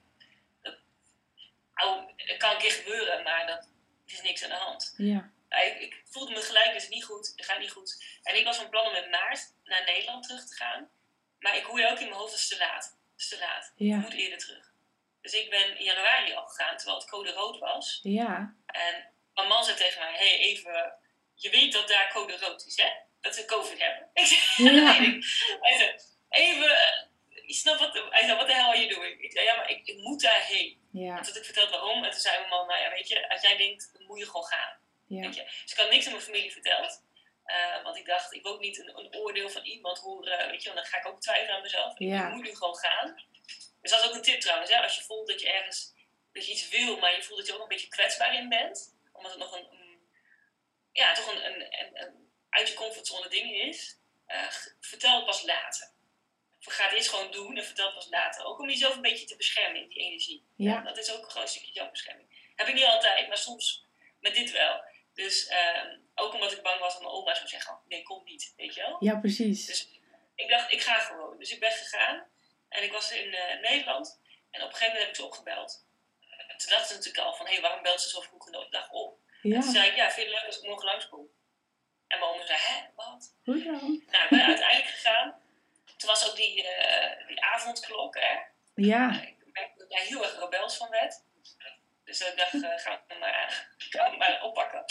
Oh, het kan een keer gebeuren, maar dat is niks aan de hand. Ja. Ik, ik voelde me gelijk, het is niet goed, het gaat niet goed. En ik was van plan om met maart naar Nederland terug te gaan. Maar ik hoorde ook in mijn hoofd, het is te laat. Het is te laat. Ja. Ik moet eerder terug. Dus ik ben in januari al gegaan, terwijl het code rood was. Ja. En mijn man zei tegen mij, hé, hey, even, je weet dat daar code rood is, hè? Dat we COVID hebben. Ik zei, ja. dat weet ik. Hij zei, even, je snapt wat, hij zei, wat de hel are you doing? Ik zei, ja, maar ik, ik moet daarheen. Ja. En toen ik vertelde waarom, en toen zei mijn man, nou ja, weet je, als jij denkt, dan moet je gewoon gaan. Ja. Weet je? Dus ik had niks aan mijn familie verteld. Uh, want ik dacht, ik wil ook niet een, een oordeel van iemand horen, weet je, want dan ga ik ook twijfelen aan mezelf. Ja. Ik moet nu gewoon gaan. Dus dat is ook een tip trouwens, hè? Als je voelt dat je ergens, dat je iets wil, maar je voelt dat je ook een beetje kwetsbaar in bent. Omdat het nog een, een ja, toch een, een, een, een uit je comfortzone ding is. Uh, vertel het pas later. ga het eerst gewoon doen en vertel het pas later. Ook om jezelf een beetje te beschermen in die energie. Ja. Ja, dat is ook gewoon een stukje zelfbescherming. Heb ik niet altijd, maar soms met dit wel. Dus uh, ook omdat ik bang was dat mijn oma zou zeggen, nee, kom niet, weet je wel? Ja, precies. Dus ik dacht, ik ga gewoon. Dus ik ben gegaan en ik was in uh, Nederland en op een gegeven moment heb ik ze opgebeld. En toen dachten ze natuurlijk al van, hé, hey, waarom belt ze zo vroeg in de dag op? Ja. En toen zei ik, ja, vind je het leuk als ik morgen langskom? En mijn oma zei, hè, wat? Hoe dan? Nou, ik ben uiteindelijk gegaan. Toen was ook die, uh, die avondklok, hè? Ja. Uh, ik merkte dat ik daar heel erg rebels van werd. Dus ik dacht, uh, ga ik maar, ga ik maar oppakken.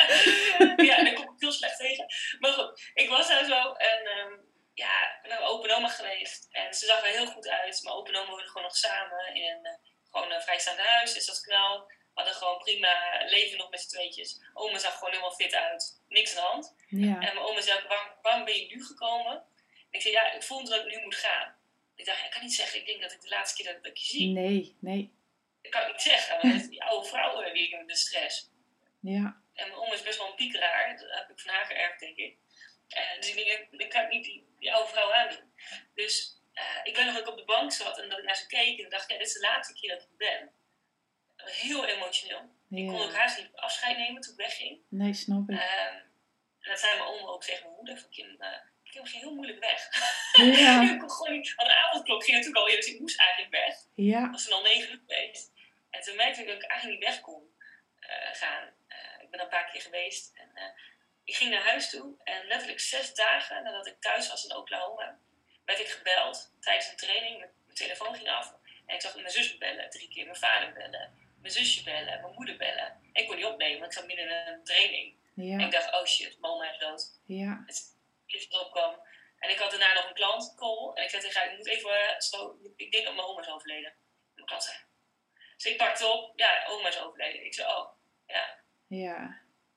Ja, en daar kom ik heel slecht tegen. Maar goed, ik was daar zo en um, ja, ik ben naar mijn opa en oma geweest. En ze zag er heel goed uit. Mijn opa en oma woonden gewoon nog samen in een, uh, gewoon een vrijstaand huis. Dus dat knal. Hadden gewoon prima leven nog met z'n tweetjes. Oma zag gewoon helemaal fit uit. Niks aan de hand. Ja. En mijn oma zei ook, waarom, waarom ben je nu gekomen? En ik zei, ja, ik voelde dat ik nu moet gaan. Ik dacht, ja, ik kan niet zeggen, ik denk dat ik de laatste keer dat, dat ik je zie. Nee, nee. Dat kan ik niet zeggen, want die oude vrouwen die ik de stress. Ja. En mijn oma is best wel een piekeraar, dat heb ik van haar geërfd, denk ik. Uh, dus ik denk, dan kan ik niet die, die oude vrouw aandoen. Dus uh, ik weet nog dat ik op de bank zat en dat ik naar ze keek en dacht, ja, dit is de laatste keer dat ik er ben. Heel emotioneel. Ja. Ik kon ook haast niet afscheid nemen toen ik wegging. Nee, snap ik. Uh, en dat zei mijn oma ook tegen mijn moeder, van Kim, uh, Kim ging heel moeilijk weg. Ja. ik kon gewoon niet, want de avondklok ging natuurlijk al eerder, dus ik moest eigenlijk weg. Ja. Het was toen al negen uur geweest. En toen merkte ik dat ik eigenlijk niet weg kon uh, gaan. Uh, ik ben een paar keer geweest. En uh, ik ging naar huis toe. En letterlijk zes dagen nadat ik thuis was in Oklahoma, werd ik gebeld tijdens een training. Mijn telefoon ging af. En ik zag mijn zus bellen, drie keer. Mijn vader bellen. Mijn zusje bellen. Mijn moeder bellen. En ik kon niet opnemen, want ik zat midden in een training. Ja. En ik dacht, oh shit, mama is dood. Ja. Het eerst erop kwam. En ik had daarna nog een klantcall. En ik zei tegen haar, ik moet even, uh, zo, ik denk dat mijn oma is overleden. En mijn klant zei, dus ik pakte op, ja, oma is overleden. Ik zei, oh, ja. Ja.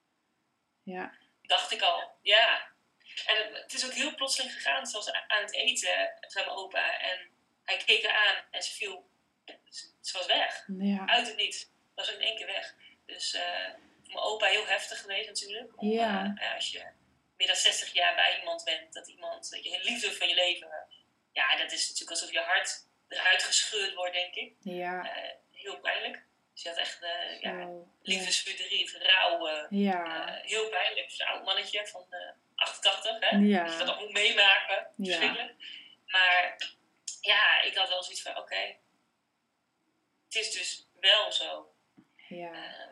Ja. Dacht ik al, ja. En het, het is ook heel plotseling gegaan, zoals aan het eten, zei mijn opa. En hij keek haar aan en ze viel, ze was weg. Ja. Uit het niet. Was ook in één keer weg. Dus uh, voor mijn opa heel heftig geweest natuurlijk. Om, Ja. Uh, als je meer dan zestig jaar bij iemand bent, dat iemand, dat je de liefde van je leven, ja, dat is natuurlijk alsof je hart eruit gescheurd wordt, denk ik. Ja. Uh, heel pijnlijk. Dus je had echt uh, ja, Zo, liefdesverdriet, rouw. Uh, ja. uh, heel pijnlijk. Dus een oud mannetje van uh, achtentachtig, hè? Ja. Dat je dat ook moet meemaken. Verschrikkelijk. Ja. Maar ja, ik had wel zoiets van, oké, okay, het is dus wel zo. Ja. Uh,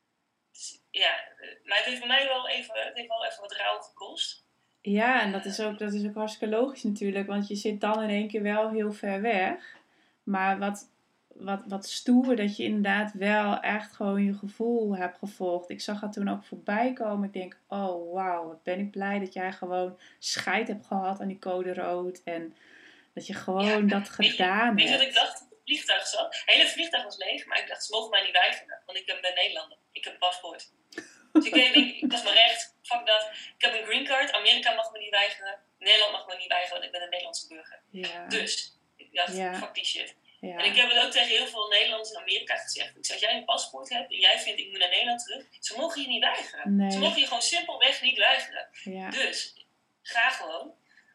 dus, ja, maar het heeft voor mij wel even, het heeft wel even wat rouw gekost. Ja, en dat is, ook, dat is ook hartstikke logisch natuurlijk, want je zit dan in één keer wel heel ver weg. Maar wat, wat, wat stoer dat je inderdaad wel echt gewoon je gevoel hebt gevolgd. Ik zag het toen ook voorbij komen. Ik denk, oh wauw, wat ben ik blij dat jij gewoon scheid hebt gehad aan die code rood. En dat je gewoon ja, dat gedaan weet je, hebt. Weet je wat ik dacht? Het vliegtuig zat. Het hele vliegtuig was leeg, maar ik dacht, ze mogen mij niet weigeren. Want ik ben Nederlander. Ik heb een paspoort. Dus ik denk, ik, dat is mijn recht. Fuck dat. Ik heb een green card. Amerika mag me niet weigeren. Nederland mag me niet weigeren, want ik ben een Nederlandse burger. Ja. Dus ik dacht, ja. fuck die shit. Ja. En ik heb het ook tegen heel veel Nederlanders in Amerika gezegd. Ik zei, als jij een paspoort hebt en jij vindt ik moet naar Nederland terug, ze mogen je niet weigeren. Nee. Ze mogen je gewoon simpelweg niet weigeren. Ja. Dus, ga gewoon.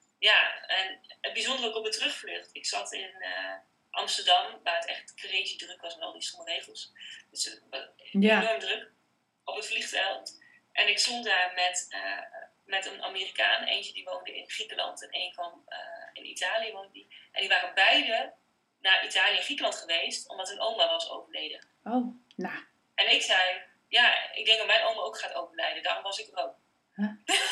Ja, en het bijzondere ook op de terugvlucht. Ik zat in uh, Amsterdam, waar het echt crazy druk was met al die stomme regels. Dus uh, ja. enorm druk. Op het vliegveld. En ik stond daar met, uh, met een Amerikaan. Eentje die woonde in Griekenland en één kwam uh, in Italië. Woonde die. En die waren beide naar Italië en Griekenland geweest, omdat hun oma was overleden. Oh, nou. En ik zei, ja, ik denk dat mijn oma ook gaat overlijden. Daarom was ik er ook. Huh?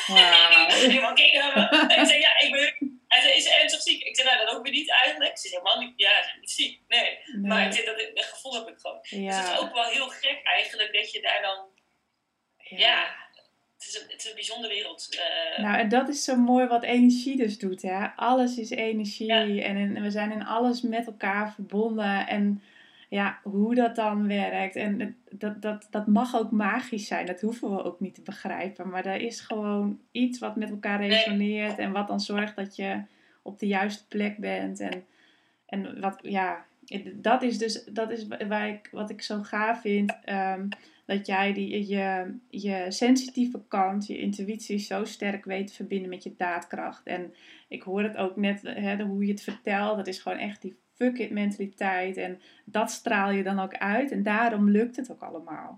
Wow. Helemaal me. En ik zei, ja, ik ben... Hij zei, is ze ernstig ziek? Ik zei, nou, dat ook weer niet eigenlijk. Ze zei, helemaal niet, ja, ze is niet ziek. Nee. nee. Maar ik zei, dat, dat gevoel heb ik gewoon. Ja. Dus het is ook wel heel gek eigenlijk, dat je daar dan... Ja... ja Het is, een, het is een bijzondere wereld. Uh, nou, en dat is zo mooi wat energie dus doet, hè. Alles is energie. Ja. En, in, en we zijn in alles met elkaar verbonden. En ja, hoe dat dan werkt. En dat, dat, dat mag ook magisch zijn. Dat hoeven we ook niet te begrijpen. Maar er is gewoon iets wat met elkaar resoneert. Nee. En wat dan zorgt dat je op de juiste plek bent. En, en wat, ja... Dat is dus dat is waar ik, wat ik zo gaaf vind. Um, dat jij die, je, je sensitieve kant, je intuïtie zo sterk weet te verbinden met je daadkracht. En ik hoor het ook net, hè, hoe je het vertelt. Dat is gewoon echt die fuck it mentaliteit. En dat straal je dan ook uit. En daarom lukt het ook allemaal.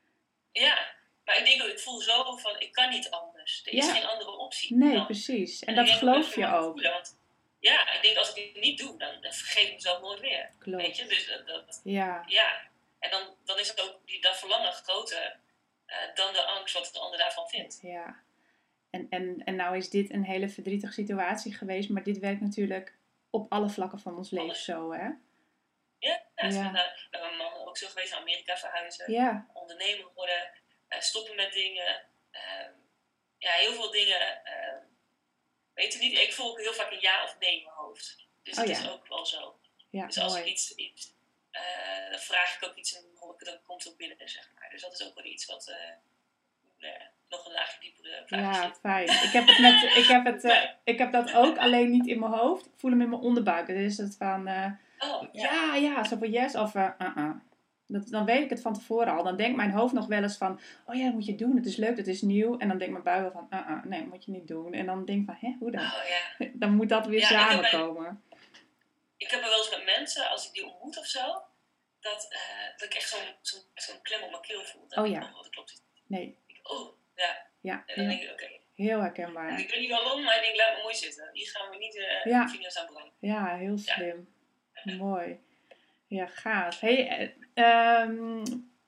Ja, maar ik denk ook, ik voel zo van, ik kan niet anders. Er is Ja. geen andere optie. Nee, dan. precies. En, En dat ik denk geloof dat je ook. Voelen, want, ja, ik denk als ik het niet doe, dan, dan vergeet ik mezelf nooit weer. Klopt. Weet je, dus dat, dat Ja. ja. En dan, dan is het ook die, dat verlangen groter uh, dan de angst wat de ander daarvan vindt. Ja. En, en, en nou is dit een hele verdrietige situatie geweest, maar dit werkt natuurlijk op alle vlakken van ons leven Alles. Zo, hè? Ja, ja. Ja. Met mijn man ook zo geweest, naar Amerika verhuizen, ja. ondernemer worden, uh, stoppen met dingen. Uh, ja, heel veel dingen. Uh, weet je niet, ik voel ook heel vaak een ja of nee in mijn hoofd. Dus oh, het ja. is ook wel zo. Ja, dus als mooi. ik iets, iets uh, dan vraag ik ook iets en dan komt het ook binnen, zeg maar. Dus dat is ook wel iets wat uh, uh, nog een laagje diepere vraag Ja, zit. fijn. Ik heb, het met, ik, heb het, uh, ik heb dat ook alleen niet in mijn hoofd. Ik voel hem in mijn onderbuik. Dus is het van, uh, oh, ja. ja, ja, zo van yes of uh, uh-uh. Dat, dan weet ik het van tevoren al. Dan denkt mijn hoofd nog wel eens van, oh ja, dat moet je doen. Het is leuk, het is nieuw. En dan denkt mijn buik wel van, uh-uh, nee, dat moet je niet doen. En dan denk ik van, hè, hoe dan? Oh, ja. Dan moet dat weer ja, samenkomen. Ik heb, bij, ik heb er wel eens met mensen, als ik die ontmoet of zo, dat, uh, dat ik echt zo'n, zo'n, zo'n klem op mijn keel voel. Dat oh ik, ja. Oh, dat klopt. Nee. Ik, oh, ja. Ja. En dan ja. denk ik, oké. Okay. Heel herkenbaar. En ik weet niet waarom, maar ik denk, laat me mooi zitten. Hier gaan we niet uh, ja. vingers aan branden. Ja, heel slim. Ja. Mooi. Ja, gaaf. Hey, um,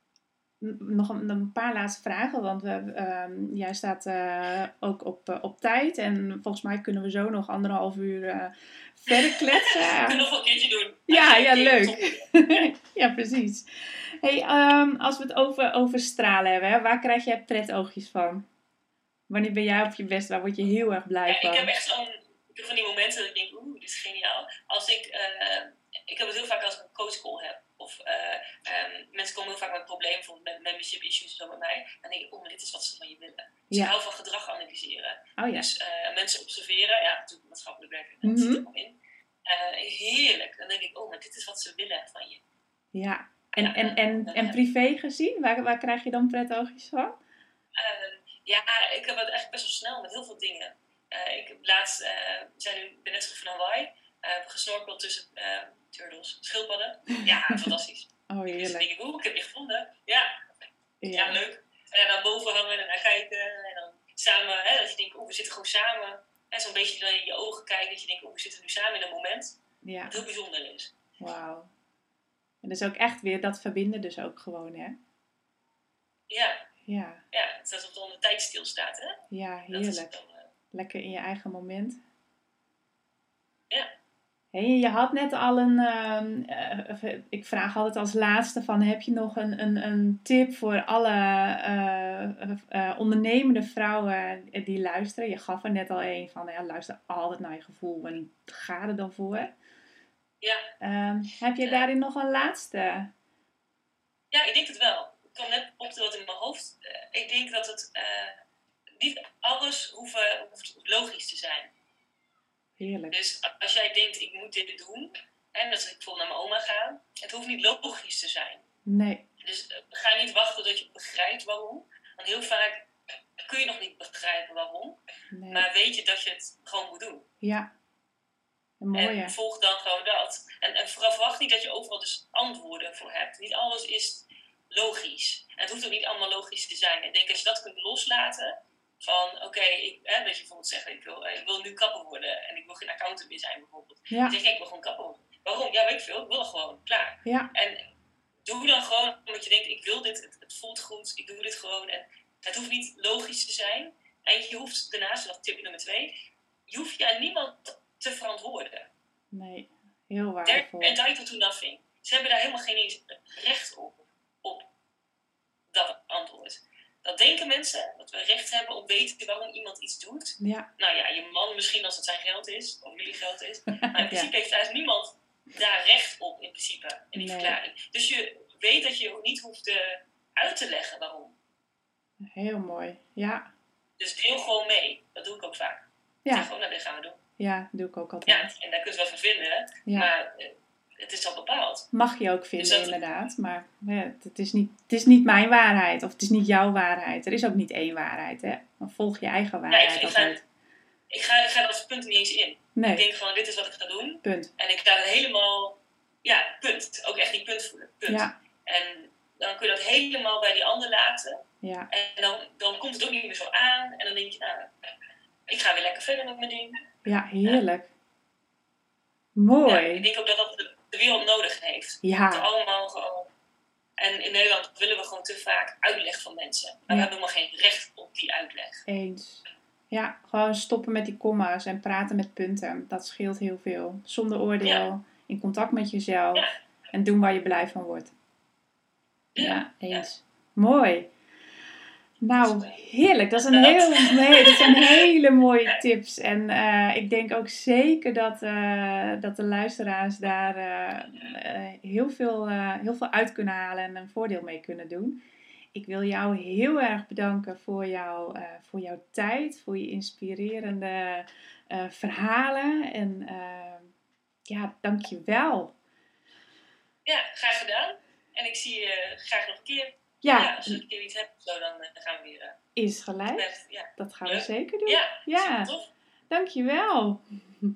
nog een, een paar laatste vragen, want we, um, jij staat uh, ook op, uh, op tijd en volgens mij kunnen we zo nog anderhalf uur uh, verder kletsen. We kunnen nog wel een keertje doen. Ja, ja, leuk. Ja. ja, precies. Hey, um, als we het over, over stralen hebben, hè, waar krijg jij pretoogjes van? Wanneer ben jij op je best? Waar word je heel erg blij ja, van? Ik heb echt zo'n, ik heb van die momenten dat ik denk, oeh, dit is geniaal. Als ik, uh, ik heb het heel vaak als ik een coachcall heb. Of uh, um, mensen komen heel vaak met problemen, bijvoorbeeld met membership issues en zo met mij. Dan denk ik, oh, maar dit is wat ze van je willen. Dus ja. ik hou van gedrag analyseren. Oh, ja. Dus uh, mensen observeren, ja, natuurlijk maatschappelijk werken, dat mm-hmm. zit er ook in. Uh, heerlijk. Dan denk ik, oh, maar dit is wat ze willen van je. Ja. En, ja, en, en, en privé gezien, waar, waar krijg je dan pretoogjes van? Uh, ja, ik heb het eigenlijk best wel snel met heel veel dingen. Uh, ik heb laatst, uh, zijn nu, ben net terug van Hawaii. Uh, heb gesnorkeld tussen uh, turtles, schildpadden. Ja, fantastisch. Oh, heerlijk. Dus dan denk ik, oeh, ik heb je gevonden. Ja. Ja, ja, leuk. En dan boven hangen en naar kijken. En dan samen, hè, dat je denkt, oeh, we zitten gewoon samen. En zo'n beetje dan in je ogen kijken, dat je denkt, oeh, we zitten nu samen in een moment. Ja. Dat heel bijzonder is. Wauw. En dus ook echt weer dat verbinden dus ook gewoon, hè? Ja. Ja. Ja, het is alsof het onder de tijd stilstaat, hè? Ja, heerlijk. Dan, uh... Lekker in je eigen moment. Ja. Hey, je had net al een, uh, uh, ik vraag altijd als laatste van, heb je nog een, een, een tip voor alle uh, uh, uh, ondernemende vrouwen die luisteren? Je gaf er net al een van, ja, luister altijd naar je gevoel en ga er dan voor. Ja. Uh, heb je daarin nog een laatste? Ja, ik denk het wel. Ik kwam net op te wat in mijn hoofd. Uh, ik denk dat het uh, niet alles hoeft, hoeft logisch te zijn. Heerlijk. Dus als jij denkt, ik moet dit doen, en dat ik bijvoorbeeld naar mijn oma ga, het hoeft niet logisch te zijn. Nee. Dus uh, ga niet wachten tot je begrijpt waarom. Want heel vaak kun je nog niet begrijpen waarom. Nee. Maar weet je dat je het gewoon moet doen. Ja. Mooi, en ja. volg dan gewoon dat. En, en verwacht niet dat je overal dus antwoorden voor hebt. Niet alles is logisch. En het hoeft ook niet allemaal logisch te zijn. En ik denk als je dat kunt loslaten. Van oké, okay, dat je bijvoorbeeld zegt, ik wil, ik wil nu kapper worden. En ik wil geen accountant meer zijn bijvoorbeeld. Ja. Dan zeg je, ik wil gewoon kapper worden. Waarom? Ja, weet ik veel. Ik wil er gewoon. Klaar. Ja. En doe dan gewoon omdat je denkt, ik wil dit. Het, het voelt goed. Ik doe dit gewoon. En het hoeft niet logisch te zijn. En je hoeft daarnaast, nog tip nummer twee. Je hoeft je aan niemand te verantwoorden. Nee, heel waardevol. They're entitled to nothing. Ze hebben daar helemaal geen recht op, op dat antwoord. Dat denken mensen, dat we recht hebben op weten waarom iemand iets doet. Ja. Nou ja, je man misschien als het zijn geld is, of jullie geld is. Maar in principe ja. heeft daar niemand daar recht op, in principe, in die nee. verklaring. Dus je weet dat je ook niet hoeft uh, uit te leggen waarom. Heel mooi, ja. Dus deel gewoon mee. Dat doe ik ook vaak. Ja. Zeg gewoon, nou, dit gaan we doen. Ja, doe ik ook altijd. Ja, en daar kun je wel van vinden. Ja. Maar uh, het is al bepaald. Mag je ook vinden, Dus dat- inderdaad. Maar ja, het, is niet, het is niet mijn waarheid. Of het is niet jouw waarheid. Er is ook niet één waarheid. Hè? Dan volg je eigen Ja, waarheid ik, ik, ga, altijd. ik, ga, ik ga dat punt niet eens in. Ik Nee, denk van, dit is wat ik ga doen. punt. En ik ga er helemaal... Ja, punt. Ook echt die punt voelen. Punt. Ja, En dan kun je dat helemaal bij die ander laten. ja, En dan, dan komt het ook niet meer zo aan. En dan denk je, nou, ik ga weer lekker verder met mijn ding. ja, heerlijk. Ja, Mooi. ik denk ook dat dat de, de wereld nodig heeft. Dat we Ja, allemaal gewoon... En in Nederland willen we gewoon te vaak uitleg van mensen. Maar Ja. we hebben helemaal geen recht op die uitleg. eens. Ja, gewoon stoppen met die komma's en praten met punten. Dat scheelt heel veel. Zonder oordeel, Ja. in contact met jezelf. Ja. En doen waar je blij van wordt. Ja, Ja, eens. Mooi. Nou, Dus, heerlijk. Dat, is een heel, nee, dat zijn hele mooie tips. En eh, ik denk ook zeker dat, eh, dat de luisteraars daar eh, eh, heel, veel, eh, heel veel uit kunnen halen en een voordeel mee kunnen doen. Ik wil jou heel erg bedanken voor, jou, eh, voor jouw tijd, voor je inspirerende eh, verhalen. En eh, ja, dank je wel. Ja, graag gedaan. En ik zie je graag nog een keer. Ja, Ja, als ik een keer iets heb, zo, dan eh, gaan we weer... eh, is gelijk. met- ja, Dat gaan we Leuk. zeker doen. ja, Ja. super tof. Dank je wel.